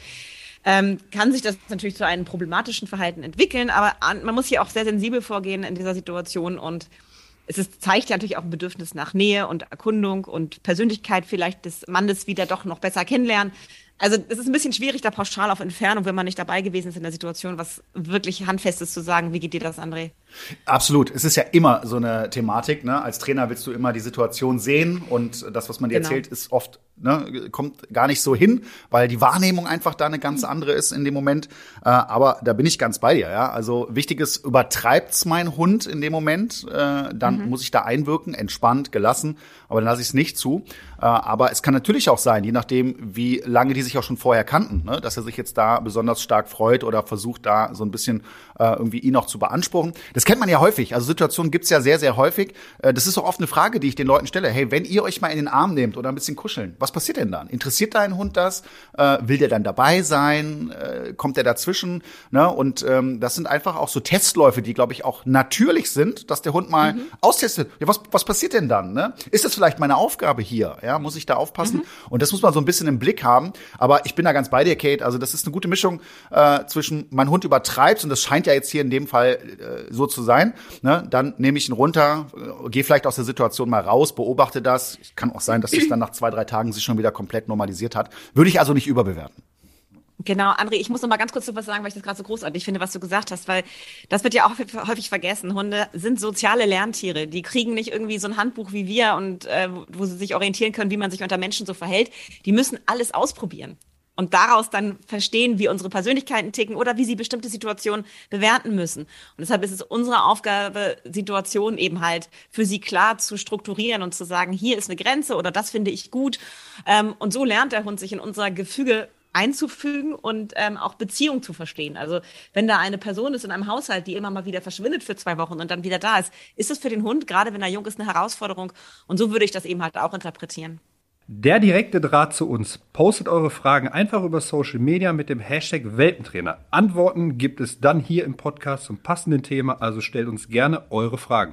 kann sich das natürlich zu einem problematischen Verhalten entwickeln. Aber man muss hier auch sehr sensibel vorgehen in dieser Situation und zeigt ja natürlich auch ein Bedürfnis nach Nähe und Erkundung und Persönlichkeit vielleicht des Mannes wieder doch noch besser kennenlernen. Also es ist ein bisschen schwierig, da pauschal auf Entfernung, wenn man nicht dabei gewesen ist in der Situation, was wirklich Handfestes zu sagen. Wie geht dir das, André? Absolut. Es ist ja immer so eine Thematik, ne? Als Trainer willst du immer die Situation sehen und das, was man dir erzählt, ist oft, ne, kommt gar nicht so hin, weil die Wahrnehmung einfach da eine ganz andere ist in dem Moment. Aber da bin ich ganz bei dir, ja. Also wichtig ist, übertreibt's mein Hund in dem Moment, dann muss ich da einwirken, entspannt, gelassen, aber dann lasse ich es nicht zu. Aber es kann natürlich auch sein, je nachdem, wie lange die sich auch schon vorher kannten, ne, dass er sich jetzt da besonders stark freut oder versucht, da so ein bisschen irgendwie ihn auch zu beanspruchen. Das kennt man ja häufig. Also Situationen gibt's ja sehr, sehr häufig. Das ist auch oft eine Frage, die ich den Leuten stelle. Hey, wenn ihr euch mal in den Arm nehmt oder ein bisschen kuscheln, was passiert denn dann? Interessiert dein Hund das? Will der dann dabei sein? Kommt der dazwischen? Ne? Und das sind einfach auch so Testläufe, die, glaube ich, auch natürlich sind, dass der Hund mal austestet. Ja, was passiert denn dann? Ne? Ist das vielleicht meine Aufgabe hier? Ja, muss ich da aufpassen? Und das muss man so ein bisschen im Blick haben. Aber ich bin da ganz bei dir, Kate. Also das ist eine gute Mischung zwischen mein Hund übertreibt, und das scheint ja jetzt hier in dem Fall so zu sein. Ne? Dann nehme ich ihn runter, gehe vielleicht aus der Situation mal raus, beobachte das. Kann auch sein, dass es dann nach 2-3 Tagen sich schon wieder komplett normalisiert hat. Würde ich also nicht überbewerten. Genau, André, ich muss noch mal ganz kurz was sagen, weil ich das gerade so großartig finde, was du gesagt hast, weil das wird ja auch häufig vergessen. Hunde sind soziale Lerntiere. Die kriegen nicht irgendwie so ein Handbuch wie wir und wo sie sich orientieren können, wie man sich unter Menschen so verhält. Die müssen alles ausprobieren und daraus dann verstehen, wie unsere Persönlichkeiten ticken oder wie sie bestimmte Situationen bewerten müssen. Und deshalb ist es unsere Aufgabe, Situationen eben halt für sie klar zu strukturieren und zu sagen, hier ist eine Grenze oder das finde ich gut. Und so lernt der Hund sich in unser Gefüge einzufügen und auch Beziehung zu verstehen. Also wenn da eine Person ist in einem Haushalt, die immer mal wieder verschwindet für 2 Wochen und dann wieder da ist es für den Hund, gerade wenn er jung ist, eine Herausforderung. Und so würde ich das eben halt auch interpretieren. Der direkte Draht zu uns. Postet eure Fragen einfach über Social Media mit dem Hashtag Welpentrainer. Antworten gibt es dann hier im Podcast zum passenden Thema, also stellt uns gerne eure Fragen.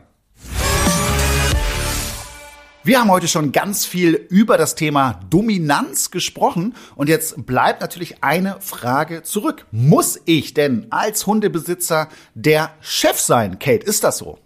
Wir haben heute schon ganz viel über das Thema Dominanz gesprochen und jetzt bleibt natürlich eine Frage zurück. Muss ich denn als Hundebesitzer der Chef sein? Kate, ist das so?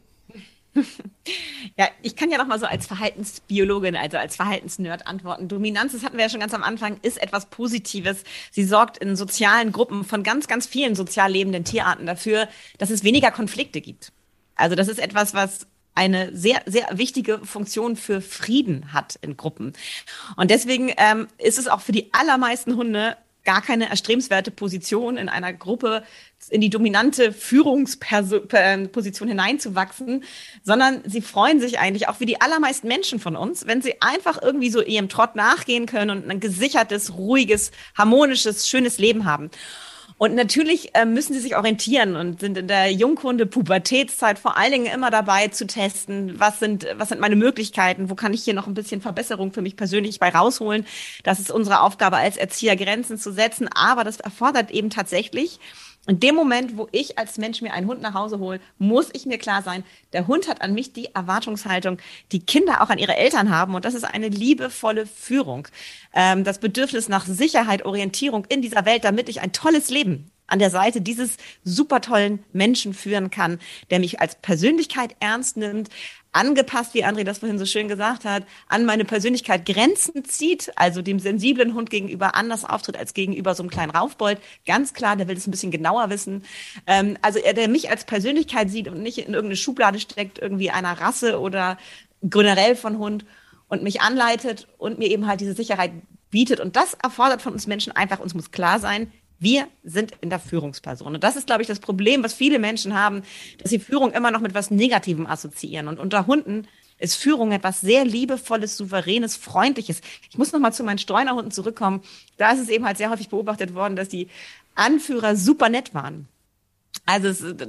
Ja, ich kann ja noch mal so als Verhaltensbiologin, also als Verhaltensnerd antworten. Dominanz, das hatten wir ja schon ganz am Anfang, ist etwas Positives. Sie sorgt in sozialen Gruppen von ganz, ganz vielen sozial lebenden Tierarten dafür, dass es weniger Konflikte gibt. Also das ist etwas, was eine sehr, sehr wichtige Funktion für Frieden hat in Gruppen. Und deswegen ist es auch für die allermeisten Hunde gar keine erstrebenswerte Position, in einer Gruppe in die dominante Führungsposition hineinzuwachsen, sondern sie freuen sich eigentlich auch wie die allermeisten Menschen von uns, wenn sie einfach irgendwie so ihrem Trott nachgehen können und ein gesichertes, ruhiges, harmonisches, schönes Leben haben. Und natürlich müssen sie sich orientieren und sind in der Junghunde-Pubertätszeit vor allen Dingen immer dabei zu testen, was sind meine Möglichkeiten, wo kann ich hier noch ein bisschen Verbesserung für mich persönlich bei rausholen. Das ist unsere Aufgabe als Erzieher, Grenzen zu setzen, aber das erfordert eben tatsächlich, in dem Moment, wo ich als Mensch mir einen Hund nach Hause hole, muss ich mir klar sein, der Hund hat an mich die Erwartungshaltung, die Kinder auch an ihre Eltern haben. Und das ist eine liebevolle Führung. Das Bedürfnis nach Sicherheit, Orientierung in dieser Welt, damit ich ein tolles Leben an der Seite dieses super tollen Menschen führen kann, der mich als Persönlichkeit ernst nimmt, angepasst, wie André das vorhin so schön gesagt hat, an meine Persönlichkeit Grenzen zieht, also dem sensiblen Hund gegenüber anders auftritt als gegenüber so einem kleinen Raufbold. Ganz klar, der will das ein bisschen genauer wissen. Also der mich als Persönlichkeit sieht und nicht in irgendeine Schublade steckt, irgendwie einer Rasse oder generell von Hund und mich anleitet und mir eben halt diese Sicherheit bietet. Und das erfordert von uns Menschen einfach, uns muss klar sein, wir sind in der Führungsperson. Und das ist, glaube ich, das Problem, was viele Menschen haben, dass sie Führung immer noch mit was Negativem assoziieren. Und unter Hunden ist Führung etwas sehr Liebevolles, Souveränes, Freundliches. Ich muss noch mal zu meinen Streunerhunden zurückkommen. Da ist es eben halt sehr häufig beobachtet worden, dass die Anführer super nett waren. Also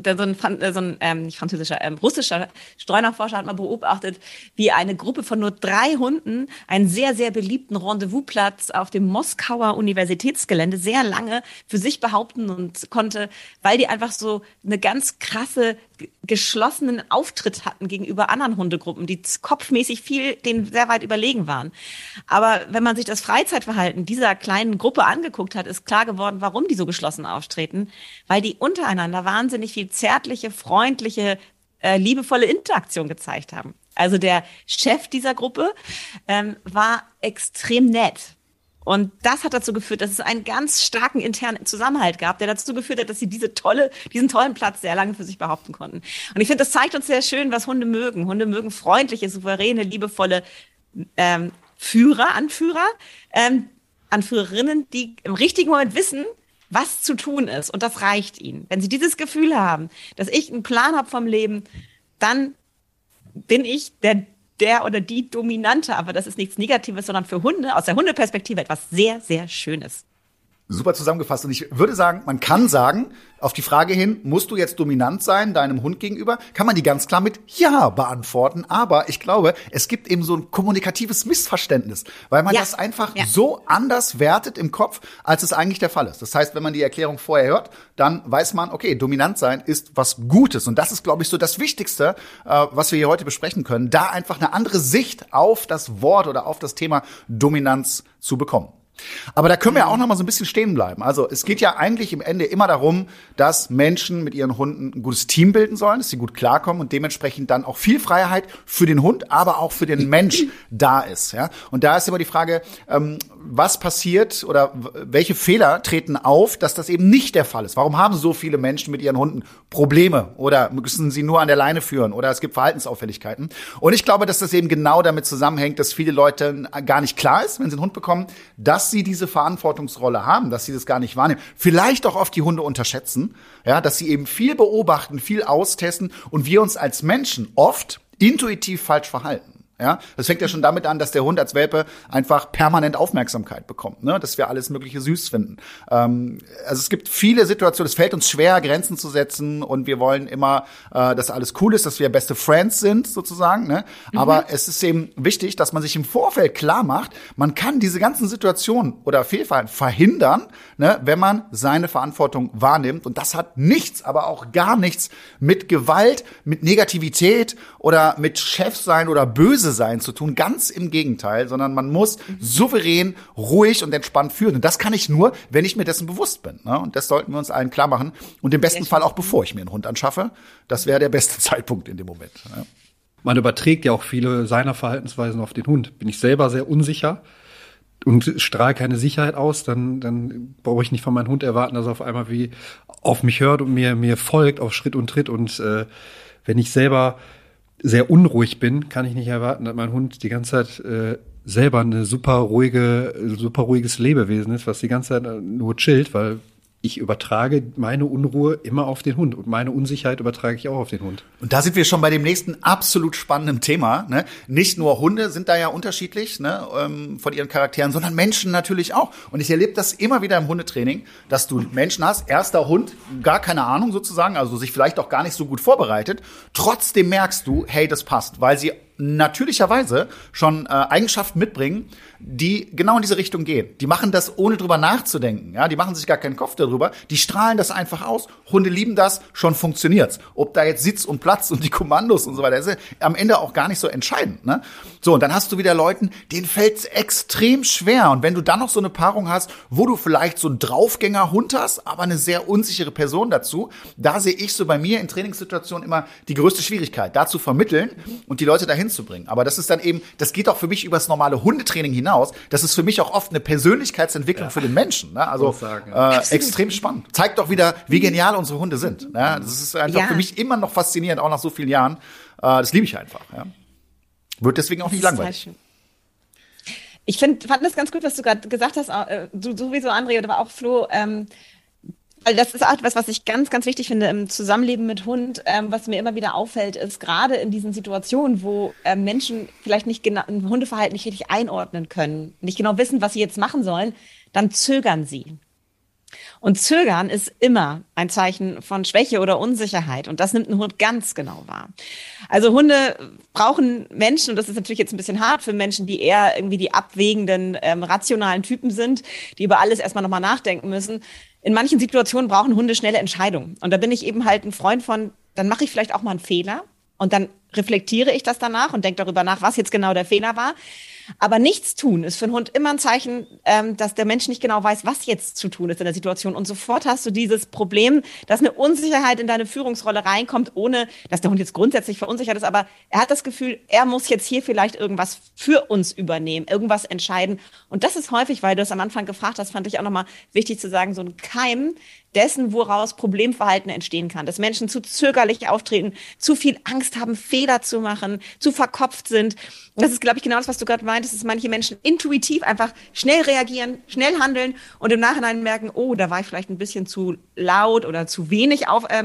nicht französischer, russischer Streunerforscher hat mal beobachtet, wie eine Gruppe von nur 3 Hunden einen sehr, sehr beliebten Rendezvousplatz auf dem Moskauer Universitätsgelände sehr lange für sich behaupten und konnte, weil die einfach so eine ganz krasse geschlossenen Auftritt hatten gegenüber anderen Hundegruppen, die kopfmäßig denen sehr weit überlegen waren. Aber wenn man sich das Freizeitverhalten dieser kleinen Gruppe angeguckt hat, ist klar geworden, warum die so geschlossen auftreten, weil die untereinander wahnsinnig viel zärtliche, freundliche, liebevolle Interaktion gezeigt haben. Also der Chef dieser Gruppe war extrem nett. Und das hat dazu geführt, dass es einen ganz starken internen Zusammenhalt gab, der dazu geführt hat, dass sie diesen tollen Platz sehr lange für sich behaupten konnten. Und ich finde, das zeigt uns sehr schön, was Hunde mögen. Hunde mögen freundliche, souveräne, liebevolle Anführer, Anführerinnen, die im richtigen Moment wissen, was zu tun ist. Und das reicht ihnen. Wenn sie dieses Gefühl haben, dass ich einen Plan habe vom Leben, dann bin ich der oder die Dominante. Aber das ist nichts Negatives, sondern für Hunde, aus der Hundeperspektive etwas sehr, sehr Schönes. Super zusammengefasst. Und ich würde sagen, man kann sagen, auf die Frage hin, musst du jetzt dominant sein deinem Hund gegenüber, kann man die ganz klar mit Ja beantworten. Aber ich glaube, es gibt eben so ein kommunikatives Missverständnis, weil man das einfach so anders wertet im Kopf, als es eigentlich der Fall ist. Das heißt, wenn man die Erklärung vorher hört, dann weiß man, okay, dominant sein ist was Gutes. Und das ist, glaube ich, so das Wichtigste, was wir hier heute besprechen können, da einfach eine andere Sicht auf das Wort oder auf das Thema Dominanz zu bekommen. Aber da können wir auch noch mal so ein bisschen stehen bleiben. Also es geht ja eigentlich im Ende immer darum, dass Menschen mit ihren Hunden ein gutes Team bilden sollen, dass sie gut klarkommen und dementsprechend dann auch viel Freiheit für den Hund, aber auch für den Mensch da ist. Ja? Und da ist immer die Frage, was passiert oder welche Fehler treten auf, dass das eben nicht der Fall ist. Warum haben so viele Menschen mit ihren Hunden Probleme oder müssen sie nur an der Leine führen oder es gibt Verhaltensauffälligkeiten? Und ich glaube, dass das eben genau damit zusammenhängt, dass viele Leute gar nicht klar ist, wenn sie einen Hund bekommen, dass sie diese Verantwortungsrolle haben, dass sie das gar nicht wahrnehmen. Vielleicht auch oft die Hunde unterschätzen, ja, dass sie eben viel beobachten, viel austesten und wir uns als Menschen oft intuitiv falsch verhalten. Ja, das fängt ja schon damit an, dass der Hund als Welpe einfach permanent Aufmerksamkeit bekommt, ne? Dass wir alles Mögliche süß finden. Also es gibt viele Situationen, es fällt uns schwer, Grenzen zu setzen und wir wollen immer, dass alles cool ist, dass wir beste Friends sind sozusagen, ne? Aber es ist eben wichtig, dass man sich im Vorfeld klar macht, man kann diese ganzen Situationen oder Fehlverhalten verhindern, ne? Wenn man seine Verantwortung wahrnimmt. Und das hat nichts, aber auch gar nichts mit Gewalt, mit Negativität oder mit Chefsein oder böse sein zu tun, ganz im Gegenteil, sondern man muss souverän, ruhig und entspannt führen. Und das kann ich nur, wenn ich mir dessen bewusst bin. Ne? Und das sollten wir uns allen klar machen. Und im besten Fall auch, bevor ich mir einen Hund anschaffe. Das wäre der beste Zeitpunkt in dem Moment. Ne? Man überträgt ja auch viele seiner Verhaltensweisen auf den Hund. Bin ich selber sehr unsicher und strahle keine Sicherheit aus, dann brauche ich nicht von meinem Hund erwarten, dass er auf einmal wie auf mich hört und mir folgt auf Schritt und Tritt. Und wenn ich selber sehr unruhig bin, kann ich nicht erwarten, dass mein Hund die ganze Zeit selber eine super ruhiges Lebewesen ist, was die ganze Zeit nur chillt, weil ich übertrage meine Unruhe immer auf den Hund und meine Unsicherheit übertrage ich auch auf den Hund. Und da sind wir schon bei dem nächsten absolut spannenden Thema. Ne? Nicht nur Hunde sind da ja unterschiedlich, ne, von ihren Charakteren, sondern Menschen natürlich auch. Und ich erlebe das immer wieder im Hundetraining, dass du Menschen hast, erster Hund, gar keine Ahnung sozusagen, also sich vielleicht auch gar nicht so gut vorbereitet. Trotzdem merkst du, hey, das passt, weil sie natürlicherweise schon Eigenschaften mitbringen, die genau in diese Richtung gehen. Die machen das, ohne drüber nachzudenken. Ja, die machen sich gar keinen Kopf darüber. Die strahlen das einfach aus. Hunde lieben das, schon funktioniert's. Ob da jetzt Sitz und Platz und die Kommandos und so weiter, ist am Ende auch gar nicht so entscheidend. Ne? So, und dann hast du wieder Leuten, denen fällt's extrem schwer. Und wenn du dann noch so eine Paarung hast, wo du vielleicht so einen Draufgänger-Hund hast, aber eine sehr unsichere Person dazu, da sehe ich so bei mir in Trainingssituationen immer die größte Schwierigkeit, da zu vermitteln und die Leute dahin zu bringen. Aber das ist dann eben, das geht auch für mich über das normale Hundetraining hinaus. Das ist für mich auch oft eine Persönlichkeitsentwicklung für den Menschen. Ne? Also extrem spannend. Zeigt doch wieder, wie genial unsere Hunde sind. Ne? Das ist einfach für mich immer noch faszinierend, auch nach so vielen Jahren. Das liebe ich einfach. Ja? Wird deswegen auch nicht langweilig. Ich fand das ganz gut, was du gerade gesagt hast. Du sowieso, André, oder auch Flo. Also das ist auch etwas, was ich ganz, ganz wichtig finde im Zusammenleben mit Hund. Was mir immer wieder auffällt, ist gerade in diesen Situationen, wo Menschen vielleicht nicht genau ein Hundeverhalten nicht richtig einordnen können, nicht genau wissen, was sie jetzt machen sollen, dann zögern sie. Und Zögern ist immer ein Zeichen von Schwäche oder Unsicherheit. Und das nimmt ein Hund ganz genau wahr. Also Hunde brauchen Menschen, und das ist natürlich jetzt ein bisschen hart für Menschen, die eher irgendwie die abwägenden, rationalen Typen sind, die über alles erstmal nochmal nachdenken müssen. In manchen Situationen brauchen Hunde schnelle Entscheidungen. Und da bin ich eben halt ein Freund von, dann mache ich vielleicht auch mal einen Fehler und dann reflektiere ich das danach und denke darüber nach, was jetzt genau der Fehler war. Aber nichts tun ist für einen Hund immer ein Zeichen, dass der Mensch nicht genau weiß, was jetzt zu tun ist in der Situation. Und sofort hast du dieses Problem, dass eine Unsicherheit in deine Führungsrolle reinkommt, ohne dass der Hund jetzt grundsätzlich verunsichert ist. Aber er hat das Gefühl, er muss jetzt hier vielleicht irgendwas für uns übernehmen, irgendwas entscheiden. Und das ist häufig, weil du es am Anfang gefragt hast, fand ich auch nochmal wichtig zu sagen, so ein Keim dessen, woraus Problemverhalten entstehen kann. Dass Menschen zu zögerlich auftreten, zu viel Angst haben, Fehler zu machen, zu verkopft sind. Und das ist, glaube ich, genau das, was du gerade meintest, dass manche Menschen intuitiv einfach schnell reagieren, schnell handeln und im Nachhinein merken, oh, da war ich vielleicht ein bisschen zu laut oder zu wenig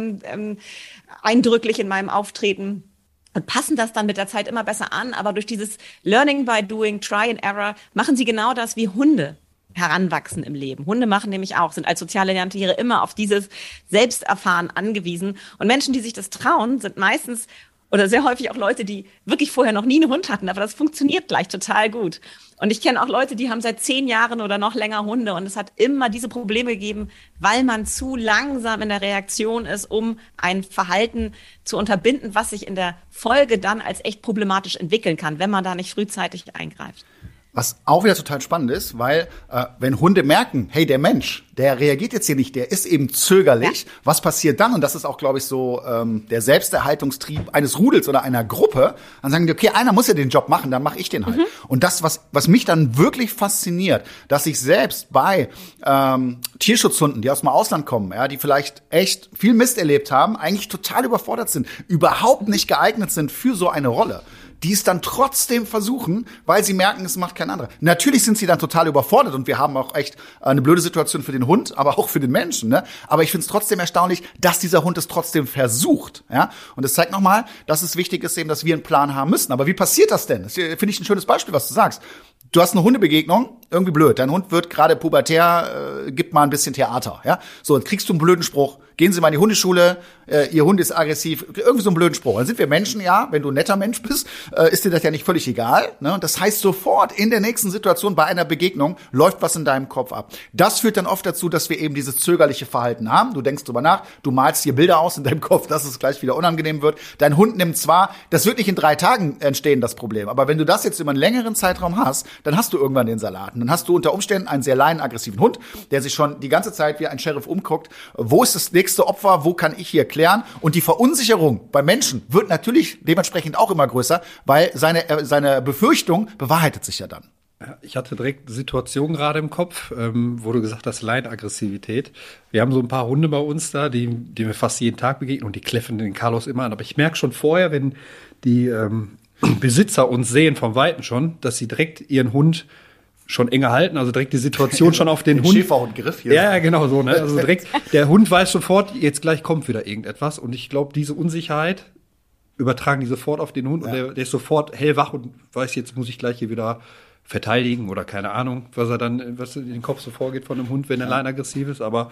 eindrücklich in meinem Auftreten. Und passen das dann mit der Zeit immer besser an. Aber durch dieses Learning by Doing, Try and Error, machen sie genau das wie Hunde heranwachsen im Leben. Hunde machen nämlich auch, sind als soziale Lerntiere immer auf dieses Selbsterfahren angewiesen. Und Menschen, die sich das trauen, sind meistens oder sehr häufig auch Leute, die wirklich vorher noch nie einen Hund hatten, aber das funktioniert gleich total gut. Und ich kenne auch Leute, die haben seit 10 Jahren oder noch länger Hunde und es hat immer diese Probleme gegeben, weil man zu langsam in der Reaktion ist, um ein Verhalten zu unterbinden, was sich in der Folge dann als echt problematisch entwickeln kann, wenn man da nicht frühzeitig eingreift. Was auch wieder total spannend ist, weil wenn Hunde merken, hey, der Mensch, der reagiert jetzt hier nicht, der ist eben zögerlich. Ja. Was passiert dann? Und das ist auch, glaube ich, so der Selbsterhaltungstrieb eines Rudels oder einer Gruppe. Dann sagen die, okay, einer muss ja den Job machen, dann mache ich den halt. Und das, was mich dann wirklich fasziniert, dass ich selbst bei Tierschutzhunden, die aus dem Ausland kommen, ja, die vielleicht echt viel Mist erlebt haben, eigentlich total überfordert sind, überhaupt nicht geeignet sind für so eine Rolle, die es dann trotzdem versuchen, weil sie merken, es macht kein anderer. Natürlich sind sie dann total überfordert und wir haben auch echt eine blöde Situation für den Hund, aber auch für den Menschen. Ne? Aber ich finde es trotzdem erstaunlich, dass dieser Hund es trotzdem versucht. Ja? Und das zeigt nochmal, dass es wichtig ist eben, dass wir einen Plan haben müssen. Aber wie passiert das denn? Das finde ich ein schönes Beispiel, was du sagst. Du hast eine Hundebegegnung, irgendwie blöd. Dein Hund wird gerade pubertär, gibt mal ein bisschen Theater. Ja, so, dann kriegst du einen blöden Spruch. Gehen Sie mal in die Hundeschule, Ihr Hund ist aggressiv. Irgendwie so einen blöden Spruch. Dann sind wir Menschen, ja, wenn du ein netter Mensch bist, ist dir das ja nicht völlig egal. Ne? Und das heißt, sofort in der nächsten Situation bei einer Begegnung läuft was in deinem Kopf ab. Das führt dann oft dazu, dass wir eben dieses zögerliche Verhalten haben. Du denkst drüber nach, du malst dir Bilder aus in deinem Kopf, dass es gleich wieder unangenehm wird. Dein Hund nimmt zwar, das wird nicht in 3 Tagen entstehen, das Problem. Aber wenn du das jetzt über einen längeren Zeitraum hast, dann hast du irgendwann den Salat. Und dann hast du unter Umständen einen sehr leinenaggressiven Hund, der sich schon die ganze Zeit wie ein Sheriff umguckt. Wo ist das nächste Opfer? Wo kann ich hier klären? Und die Verunsicherung bei Menschen wird natürlich dementsprechend auch immer größer, weil seine Befürchtung bewahrheitet sich ja dann. Ich hatte direkt eine Situation gerade im Kopf, wo du gesagt hast, Leinenaggressivität. Wir haben so ein paar Hunde bei uns da, die mir fast jeden Tag begegnen und die kläffen den Carlos immer an. Aber ich merke schon vorher, wenn die Besitzer uns sehen vom Weiten schon, dass sie direkt ihren Hund schon enger halten, also direkt die Situation schon auf den Hund. Schäferhundgriff hier. Ja, genau so, ne? Also direkt, der Hund weiß sofort, jetzt gleich kommt wieder irgendetwas. Und ich glaube, diese Unsicherheit übertragen die sofort auf den Hund. Ja. Und der ist sofort hellwach und weiß, jetzt muss ich gleich hier wieder verteidigen oder keine Ahnung, was in den Kopf so vorgeht von einem Hund, wenn er leinaggressiv ist. Aber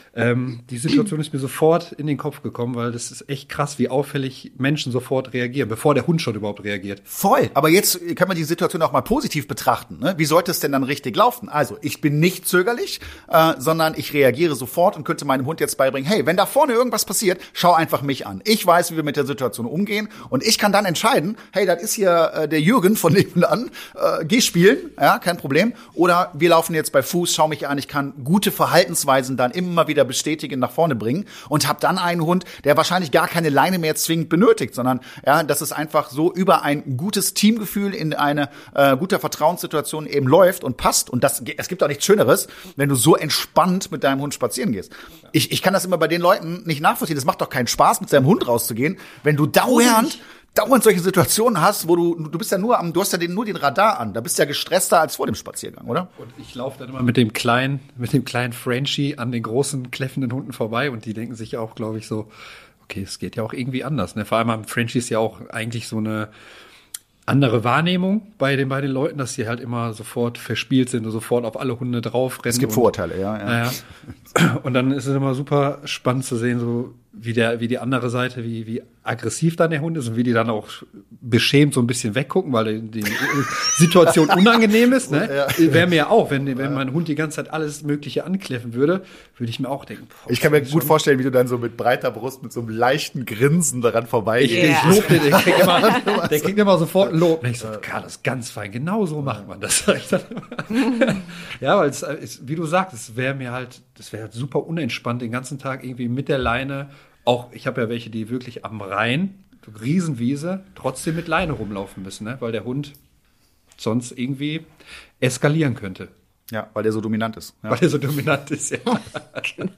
die Situation ist mir sofort in den Kopf gekommen, weil das ist echt krass, wie auffällig Menschen sofort reagieren, bevor der Hund schon überhaupt reagiert. Voll. Aber jetzt kann man die Situation auch mal positiv betrachten. Ne? Wie sollte es denn dann richtig laufen? Also, ich bin nicht zögerlich, sondern ich reagiere sofort und könnte meinem Hund jetzt beibringen, hey, wenn da vorne irgendwas passiert, schau einfach mich an. Ich weiß, wie wir mit der Situation umgehen und ich kann dann entscheiden, hey, das ist hier der Jürgen von nebenan, geh spielen, ja, kein Problem. Oder wir laufen jetzt bei Fuß, schau mich an, ich kann gute Verhaltensweisen dann immer wieder bestätigen, nach vorne bringen und habe dann einen Hund, der wahrscheinlich gar keine Leine mehr zwingend benötigt, sondern ja, dass es einfach so über ein gutes Teamgefühl in eine gute Vertrauenssituation eben läuft und passt. Und es gibt auch nichts Schöneres, wenn du so entspannt mit deinem Hund spazieren gehst. Ich kann das immer bei den Leuten nicht nachvollziehen. Es macht doch keinen Spaß, mit seinem Hund rauszugehen, wenn du dauernd solche Situationen hast, wo du bist ja nur nur den Radar an. Da bist du ja gestresster als vor dem Spaziergang, oder? Und ich laufe dann immer mit dem kleinen Frenchie an den großen, kläffenden Hunden vorbei und die denken sich auch, glaube ich, so, okay, es geht ja auch irgendwie anders. Ne? Vor allem haben Frenchies ja auch eigentlich so eine andere Wahrnehmung bei den Leuten, dass sie halt immer sofort verspielt sind und sofort auf alle Hunde draufrennen. Es gibt Vorurteile, ja. Ja. Und dann ist es immer super spannend zu sehen, so wie die andere Seite, wie aggressiv dann der Hund ist und wie die dann auch beschämt so ein bisschen weggucken, weil die Situation unangenehm ist. Ne? Ja. Wäre mir ja auch, wenn mein Hund die ganze Zeit alles Mögliche ankläffen würde ich mir auch denken. Ich kann mir gut vorstellen, wie du dann so mit breiter Brust, mit so einem leichten Grinsen daran vorbeigehst. Ich lobe den, der kriegt immer sofort ein Lob. Und ich so, Karl, das ist ganz fein, genau so macht man das. Ja, weil es, wie du sagst, das wäre halt super unentspannt, den ganzen Tag irgendwie mit der Leine. Auch, ich habe ja welche, die wirklich am Rhein, Riesenwiese, trotzdem mit Leine rumlaufen müssen, ne? Weil der Hund sonst irgendwie eskalieren könnte. Ja, weil der so dominant ist. Ja. Weil der so dominant ist, ja. Genau.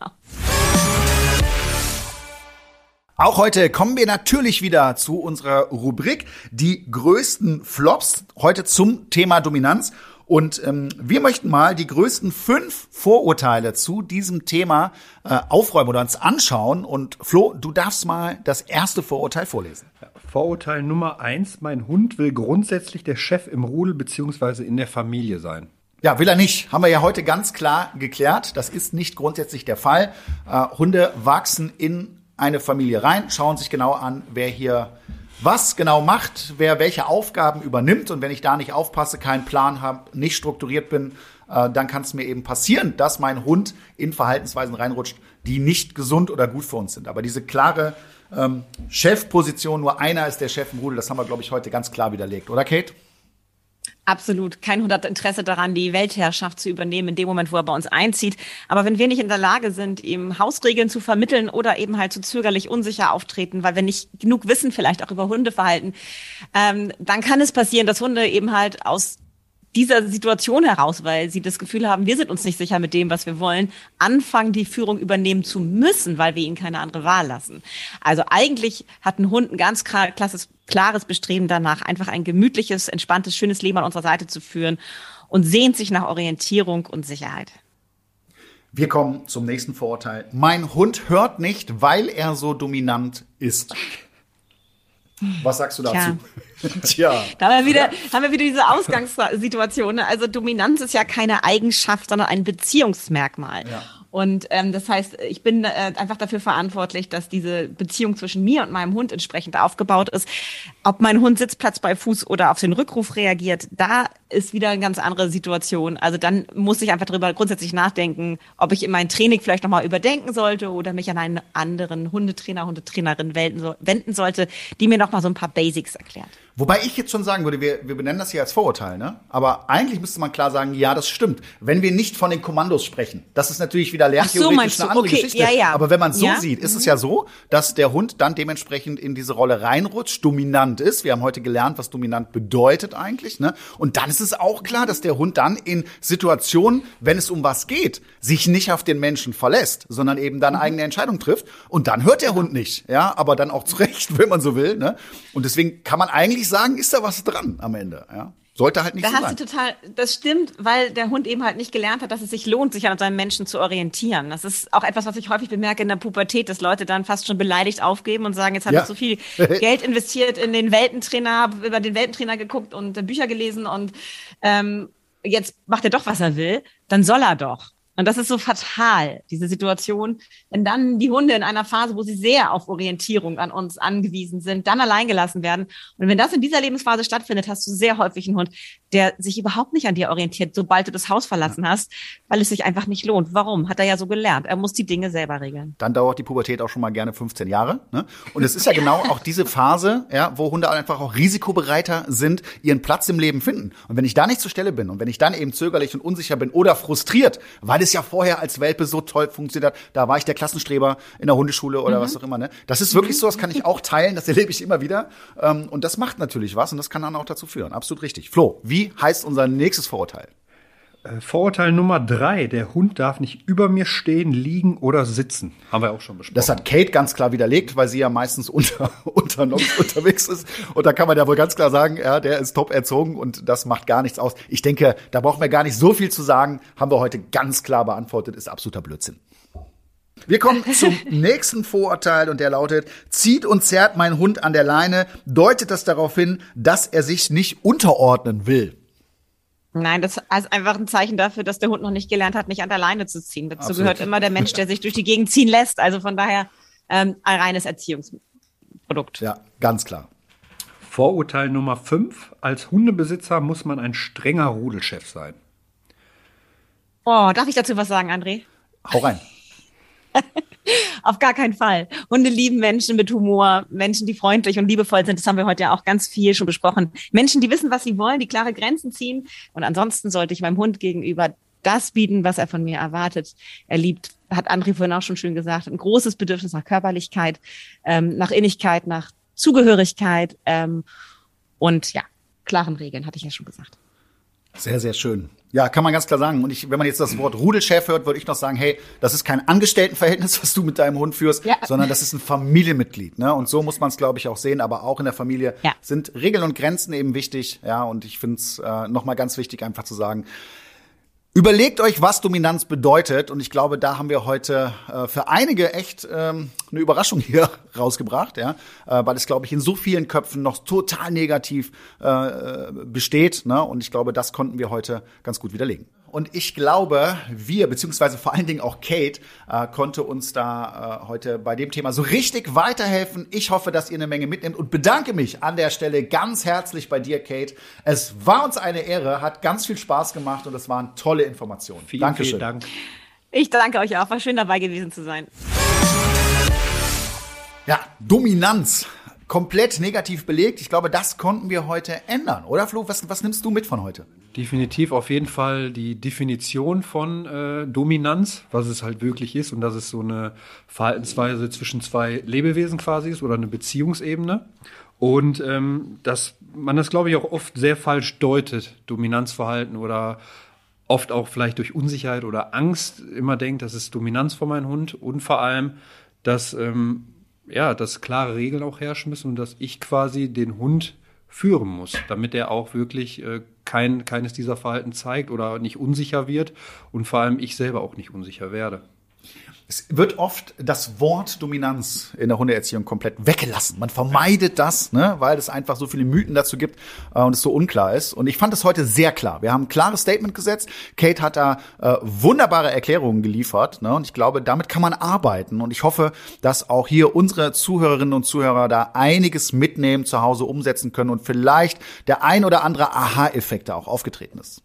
Auch heute kommen wir natürlich wieder zu unserer Rubrik die größten Flops, heute zum Thema Dominanz. Und wir möchten mal die größten 5 Vorurteile zu diesem Thema aufräumen oder uns anschauen. Und Flo, du darfst mal das erste Vorurteil vorlesen. Vorurteil Nummer 1, mein Hund will grundsätzlich der Chef im Rudel beziehungsweise in der Familie sein. Ja, will er nicht. Haben wir ja heute ganz klar geklärt. Das ist nicht grundsätzlich der Fall. Hunde wachsen in eine Familie rein, schauen sich genau an, wer hier was genau macht, wer welche Aufgaben übernimmt. Und wenn ich da nicht aufpasse, keinen Plan habe, nicht strukturiert bin, dann kann es mir eben passieren, dass mein Hund in Verhaltensweisen reinrutscht, die nicht gesund oder gut für uns sind. Aber diese klare Chefposition, nur einer ist der Chef im Rudel, das haben wir, glaube ich, heute ganz klar widerlegt. Oder, Kate? Absolut. Kein Hund hat Interesse daran, die Weltherrschaft zu übernehmen in dem Moment, wo er bei uns einzieht. Aber wenn wir nicht in der Lage sind, ihm Hausregeln zu vermitteln oder eben halt zu zögerlich unsicher auftreten, weil wir nicht genug wissen vielleicht auch über Hundeverhalten, dann kann es passieren, dass Hunde eben halt aus dieser Situation heraus, weil sie das Gefühl haben, wir sind uns nicht sicher mit dem, was wir wollen, anfangen, die Führung übernehmen zu müssen, weil wir ihnen keine andere Wahl lassen. Also eigentlich hat ein Hund ein ganz klares Bestreben danach, einfach ein gemütliches, entspanntes, schönes Leben an unserer Seite zu führen und sehnt sich nach Orientierung und Sicherheit. Wir kommen zum nächsten Vorurteil. Mein Hund hört nicht, weil er so dominant ist. Was sagst du dazu? Tja. Da haben wir wieder diese Ausgangssituation. Ne? Also Dominanz ist ja keine Eigenschaft, sondern ein Beziehungsmerkmal. Ja. Und das heißt, ich bin einfach dafür verantwortlich, dass diese Beziehung zwischen mir und meinem Hund entsprechend aufgebaut ist. Ob mein Hund Sitzplatz bei Fuß oder auf den Rückruf reagiert, da ist wieder eine ganz andere Situation. Also dann muss ich einfach darüber grundsätzlich nachdenken, ob ich in mein Training vielleicht nochmal überdenken sollte oder mich an einen anderen Hundetrainer, Hundetrainerin wenden sollte, die mir nochmal so ein paar Basics erklärt. Wobei ich jetzt schon sagen würde, wir benennen das hier als Vorurteil, ne? Aber eigentlich müsste man klar sagen, ja, das stimmt. Wenn wir nicht von den Kommandos sprechen, das ist natürlich wieder lerntheoretisch eine andere Geschichte. Ja. Aber wenn man es so sieht, ist es ja so, dass der Hund dann dementsprechend in diese Rolle reinrutscht, dominant ist. Wir haben heute gelernt, was dominant bedeutet eigentlich, ne? Und dann ist es auch klar, dass der Hund dann in Situationen, wenn es um was geht, sich nicht auf den Menschen verlässt, sondern eben dann eigene Entscheidungen trifft. Und dann hört der Hund nicht, ja? Aber dann auch zurecht, wenn man so will, ne? Und deswegen kann man eigentlich sagen, ist da was dran am Ende, ja? Sollte halt nicht so sein. Da hast du total, das stimmt, weil der Hund eben halt nicht gelernt hat, dass es sich lohnt, sich an seinem Menschen zu orientieren. Das ist auch etwas, was ich häufig bemerke in der Pubertät, dass Leute dann fast schon beleidigt aufgeben und sagen, jetzt habe ich so viel Geld investiert in den Weltentrainer, habe über den Weltentrainer geguckt und Bücher gelesen und jetzt macht er doch, was er will, dann soll er doch. Und das ist so fatal, diese Situation, wenn dann die Hunde in einer Phase, wo sie sehr auf Orientierung an uns angewiesen sind, dann allein gelassen werden. Und wenn das in dieser Lebensphase stattfindet, hast du sehr häufig einen Hund, der sich überhaupt nicht an dir orientiert, sobald du das Haus verlassen hast, weil es sich einfach nicht lohnt. Warum? Hat er ja so gelernt. Er muss die Dinge selber regeln. Dann dauert die Pubertät auch schon mal gerne 15 Jahre. Ne? Und es ist ja genau auch diese Phase, ja, wo Hunde einfach auch risikobereiter sind, ihren Platz im Leben finden. Und wenn ich da nicht zur Stelle bin und wenn ich dann eben zögerlich und unsicher bin oder frustriert, weil es ja vorher als Welpe so toll funktioniert hat, da war ich der Klassenstreber in der Hundeschule oder was auch immer. Ne? Das ist wirklich so, das kann ich auch teilen, das erlebe ich immer wieder. Und das macht natürlich was und das kann dann auch dazu führen. Absolut richtig. Flo, wie heißt unser nächstes Vorurteil? Vorurteil Nummer 3, der Hund darf nicht über mir stehen, liegen oder sitzen. Haben wir auch schon besprochen. Das hat Kate ganz klar widerlegt, weil sie ja meistens unter Nox unterwegs ist. Und da kann man ja wohl ganz klar sagen, ja, der ist top erzogen und das macht gar nichts aus. Ich denke, da brauchen wir gar nicht so viel zu sagen. Haben wir heute ganz klar beantwortet, ist absoluter Blödsinn. Wir kommen zum nächsten Vorurteil und der lautet: Zieht und zerrt mein Hund an der Leine, deutet das darauf hin, dass er sich nicht unterordnen will. Nein, das ist einfach ein Zeichen dafür, dass der Hund noch nicht gelernt hat, nicht an der Leine zu ziehen. Dazu gehört immer der Mensch, der sich durch die Gegend ziehen lässt. Also von daher ein reines Erziehungsprodukt. Ja, ganz klar. Vorurteil Nummer 5. Als Hundebesitzer muss man ein strenger Rudelchef sein. Oh, darf ich dazu was sagen, André? Hau rein. Auf gar keinen Fall. Hunde lieben Menschen mit Humor, Menschen, die freundlich und liebevoll sind. Das haben wir heute ja auch ganz viel schon besprochen. Menschen, die wissen, was sie wollen, die klare Grenzen ziehen. Und ansonsten sollte ich meinem Hund gegenüber das bieten, was er von mir erwartet. Er liebt, hat André vorhin auch schon schön gesagt, ein großes Bedürfnis nach Körperlichkeit, nach Innigkeit, nach Zugehörigkeit und ja, klaren Regeln, hatte ich ja schon gesagt. Sehr, sehr schön. Ja, kann man ganz klar sagen. Und wenn man jetzt das Wort Rudelchef hört, würde ich noch sagen, hey, das ist kein Angestelltenverhältnis, was du mit deinem Hund führst, sondern das ist ein Familienmitglied. Ne? Und so muss man es, glaube ich, auch sehen. Aber auch in der Familie sind Regeln und Grenzen eben wichtig. Ja, und ich finde es nochmal ganz wichtig, einfach zu sagen, überlegt euch, was Dominanz bedeutet. Und ich glaube, da haben wir heute für einige echt eine Überraschung hier rausgebracht, ja, weil es, glaube ich, in so vielen Köpfen noch total negativ besteht. Ne? Und ich glaube, das konnten wir heute ganz gut widerlegen. Und ich glaube, wir, beziehungsweise vor allen Dingen auch Kate, konnte uns da heute bei dem Thema so richtig weiterhelfen. Ich hoffe, dass ihr eine Menge mitnehmt und bedanke mich an der Stelle ganz herzlich bei dir, Kate. Es war uns eine Ehre, hat ganz viel Spaß gemacht und es waren tolle Informationen. Dankeschön. Vielen Dank. Ich danke euch auch. War schön dabei gewesen zu sein. Ja, Dominanz. Komplett negativ belegt. Ich glaube, das konnten wir heute ändern. Oder, Flo? Was nimmst du mit von heute? Definitiv auf jeden Fall die Definition von Dominanz, was es halt wirklich ist und dass es so eine Verhaltensweise zwischen zwei Lebewesen quasi ist oder eine Beziehungsebene. Und dass man das, glaube ich, auch oft sehr falsch deutet, Dominanzverhalten oder oft auch vielleicht durch Unsicherheit oder Angst immer denkt, das ist Dominanz von meinem Hund und vor allem, dass dass klare Regeln auch herrschen müssen und dass ich quasi den Hund führen muss, damit er auch wirklich keines dieser Verhalten zeigt oder nicht unsicher wird und vor allem ich selber auch nicht unsicher werde. Es wird oft das Wort Dominanz in der Hundeerziehung komplett weggelassen. Man vermeidet das, ne, weil es einfach so viele Mythen dazu gibt und es so unklar ist. Und ich fand es heute sehr klar. Wir haben ein klares Statement gesetzt. Kate hat da wunderbare Erklärungen geliefert, ne, und ich glaube, damit kann man arbeiten. Und ich hoffe, dass auch hier unsere Zuhörerinnen und Zuhörer da einiges mitnehmen, zu Hause umsetzen können und vielleicht der ein oder andere Aha-Effekt da auch aufgetreten ist.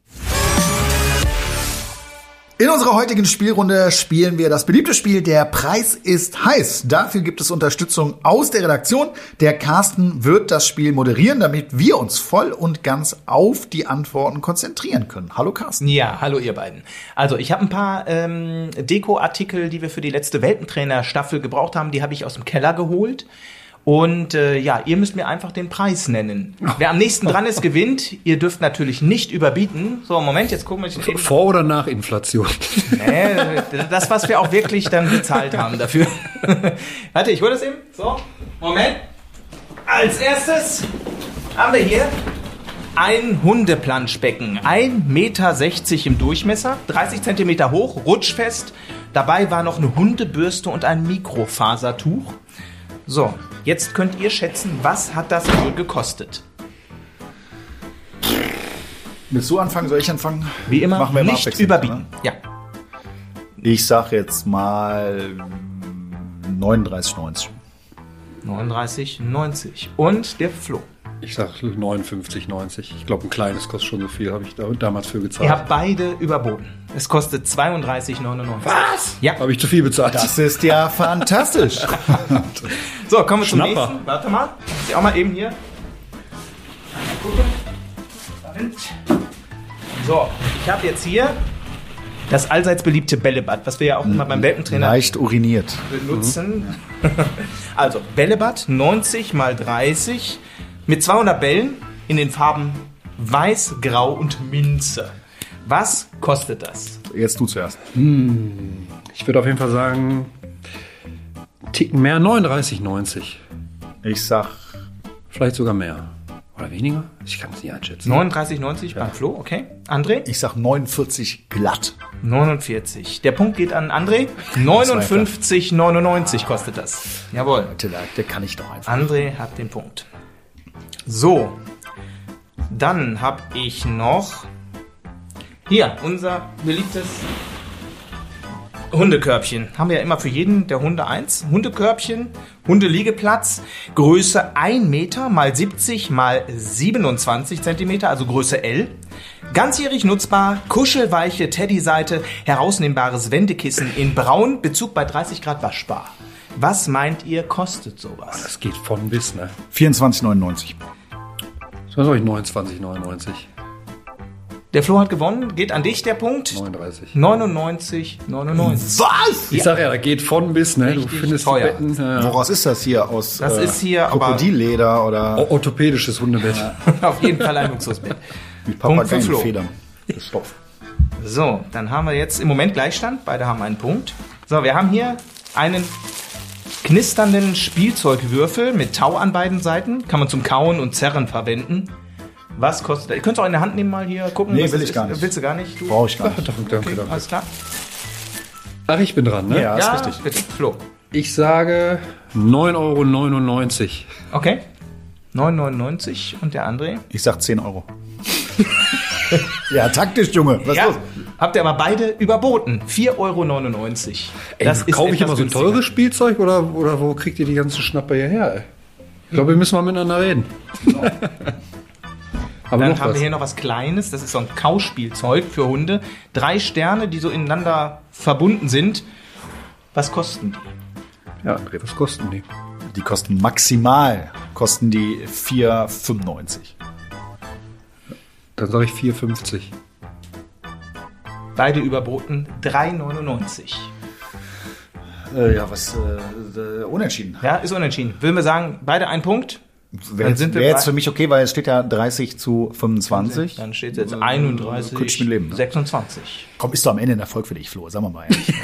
In unserer heutigen Spielrunde spielen wir das beliebte Spiel Der Preis ist heiß. Dafür gibt es Unterstützung aus der Redaktion. Der Carsten wird das Spiel moderieren, damit wir uns voll und ganz auf die Antworten konzentrieren können. Hallo Carsten. Ja, hallo ihr beiden. Also ich habe ein paar Deko-Artikel, die wir für die letzte Welpentrainer-Staffel gebraucht haben. Die habe ich aus dem Keller geholt. Und ihr müsst mir einfach den Preis nennen. Wer am nächsten dran ist, gewinnt. Ihr dürft natürlich nicht überbieten. So, Moment, jetzt gucken wir uns den Vor- oder nach Inflation? Nee, das, was wir auch wirklich dann bezahlt haben dafür. Warte, ich hole das eben. So, Moment. Als erstes haben wir hier ein Hundeplanschbecken. 1,60 Meter im Durchmesser, 30 Zentimeter hoch, rutschfest. Dabei war noch eine Hundebürste und ein Mikrofasertuch. So, jetzt könnt ihr schätzen, was hat das wohl gekostet? Willst du anfangen? Soll ich anfangen? Wie immer, machen wir nicht überbieten. Ne? Ja. Ich sag jetzt mal 39,90. 39,90. Und der Flo? Ich sag 59,90. Ich glaube, ein kleines kostet schon so viel, habe ich damals für gezahlt. Ihr habt beide überboten. Es kostet 32,99. Was? Ja. Habe ich zu viel bezahlt. Das ist ja fantastisch. So, kommen wir zum Schnapper. nächsten. Warte mal. Ich auch mal eben hier. Gucken. So, ich habe jetzt hier das allseits beliebte Bällebad, was wir ja auch immer beim Welpentrainer Leicht uriniert. benutzen. Also, Bällebad 90 x 30 mit 200 Bällen in den Farben Weiß, Grau und Minze. Was kostet das? Jetzt du zuerst. Ich würde auf jeden Fall sagen, einen Ticken mehr, 39,90. Ich sag Vielleicht sogar mehr. Oder weniger? Ich kann es nicht einschätzen. 39,90 beim Flo, okay. André? Ich sag 49 glatt. 49. Der Punkt geht an André. 59,99 kostet das. Jawohl. Der kann ich doch einfach. André hat den Punkt. So. Dann habe ich noch hier unser beliebtes Hundekörbchen. Haben wir ja immer für jeden der Hunde eins. Hundekörbchen, Hundeliegeplatz, Größe 1 Meter mal 70 mal 27 Zentimeter, also Größe L. Ganzjährig nutzbar, kuschelweiche Teddyseite, herausnehmbares Wendekissen in Braun, Bezug bei 30 Grad waschbar. Was meint ihr, kostet sowas? Das geht von bis, ne? 24,99. Was soll ich? 29,99. Der Flo hat gewonnen, geht an dich der Punkt. 39. 99,99. Was? Ich sag ja, da geht von bis, ne? Du Richtig findest teuer. die Betten. Woraus ist das hier? Aus Das ist hier aber Krokodilleder oder Orthopädisches Hundebett. auf jeden Fall ein Luxusbett. mit Punkt für Flo. Papageienfedern? Stoff. So, dann haben wir jetzt im Moment Gleichstand. Beide haben einen Punkt. So, wir haben hier einen knisternden Spielzeugwürfel mit Tau an beiden Seiten. Kann man zum Kauen und Zerren verwenden. Was kostet der? Ihr könnt es auch in der Hand nehmen, mal hier gucken. Nee, was will das ich gar ist. nicht. Willst du gar nicht? Du? Brauche ich gar nicht. Danke. Alles klar. Ach, ich bin dran, ne? Ja, Ja, ist richtig. bitte. Flo. Ich sage 9,99 €. Okay. 9,99 und der André? Ich sag 10 Euro. Ja, taktisch, Junge. Was Ja, los? habt ihr aber beide überboten. 4,99 €. Ey, kaufe ich immer so ein günstiger. teures Spielzeug oder wo kriegt ihr die ganzen Schnapper hierher, ey? Ich glaube, wir müssen mal miteinander reden. Aber Dann noch haben was. wir hier noch was Kleines. Das ist so ein Kauspielzeug für Hunde. 3 Sterne, die so ineinander verbunden sind. Was kosten die? Ja, André, was kosten die? Die kosten maximal 4,95. Dann sage ich 4,50. Beide überboten 3,99. Ja, unentschieden. Ja, ist unentschieden. Würden wir sagen, beide ein Punkt? Wäre sind wir jetzt bei- für mich okay, weil es steht ja 30:25. Dann steht jetzt 31, Könnte ich mit leben, ne? 26. Komm, ist doch am Ende ein Erfolg für dich, Flo. Sagen wir mal ehrlich.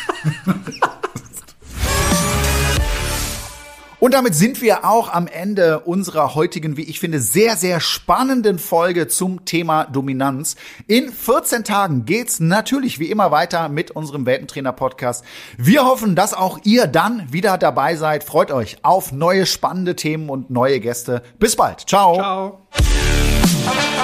Und damit sind wir auch am Ende unserer heutigen, wie ich finde, sehr, sehr spannenden Folge zum Thema Dominanz. In 14 Tagen geht's natürlich wie immer weiter mit unserem Welpentrainer-Podcast. Wir hoffen, dass auch ihr dann wieder dabei seid. Freut euch auf neue spannende Themen und neue Gäste. Bis bald. Ciao. Ciao.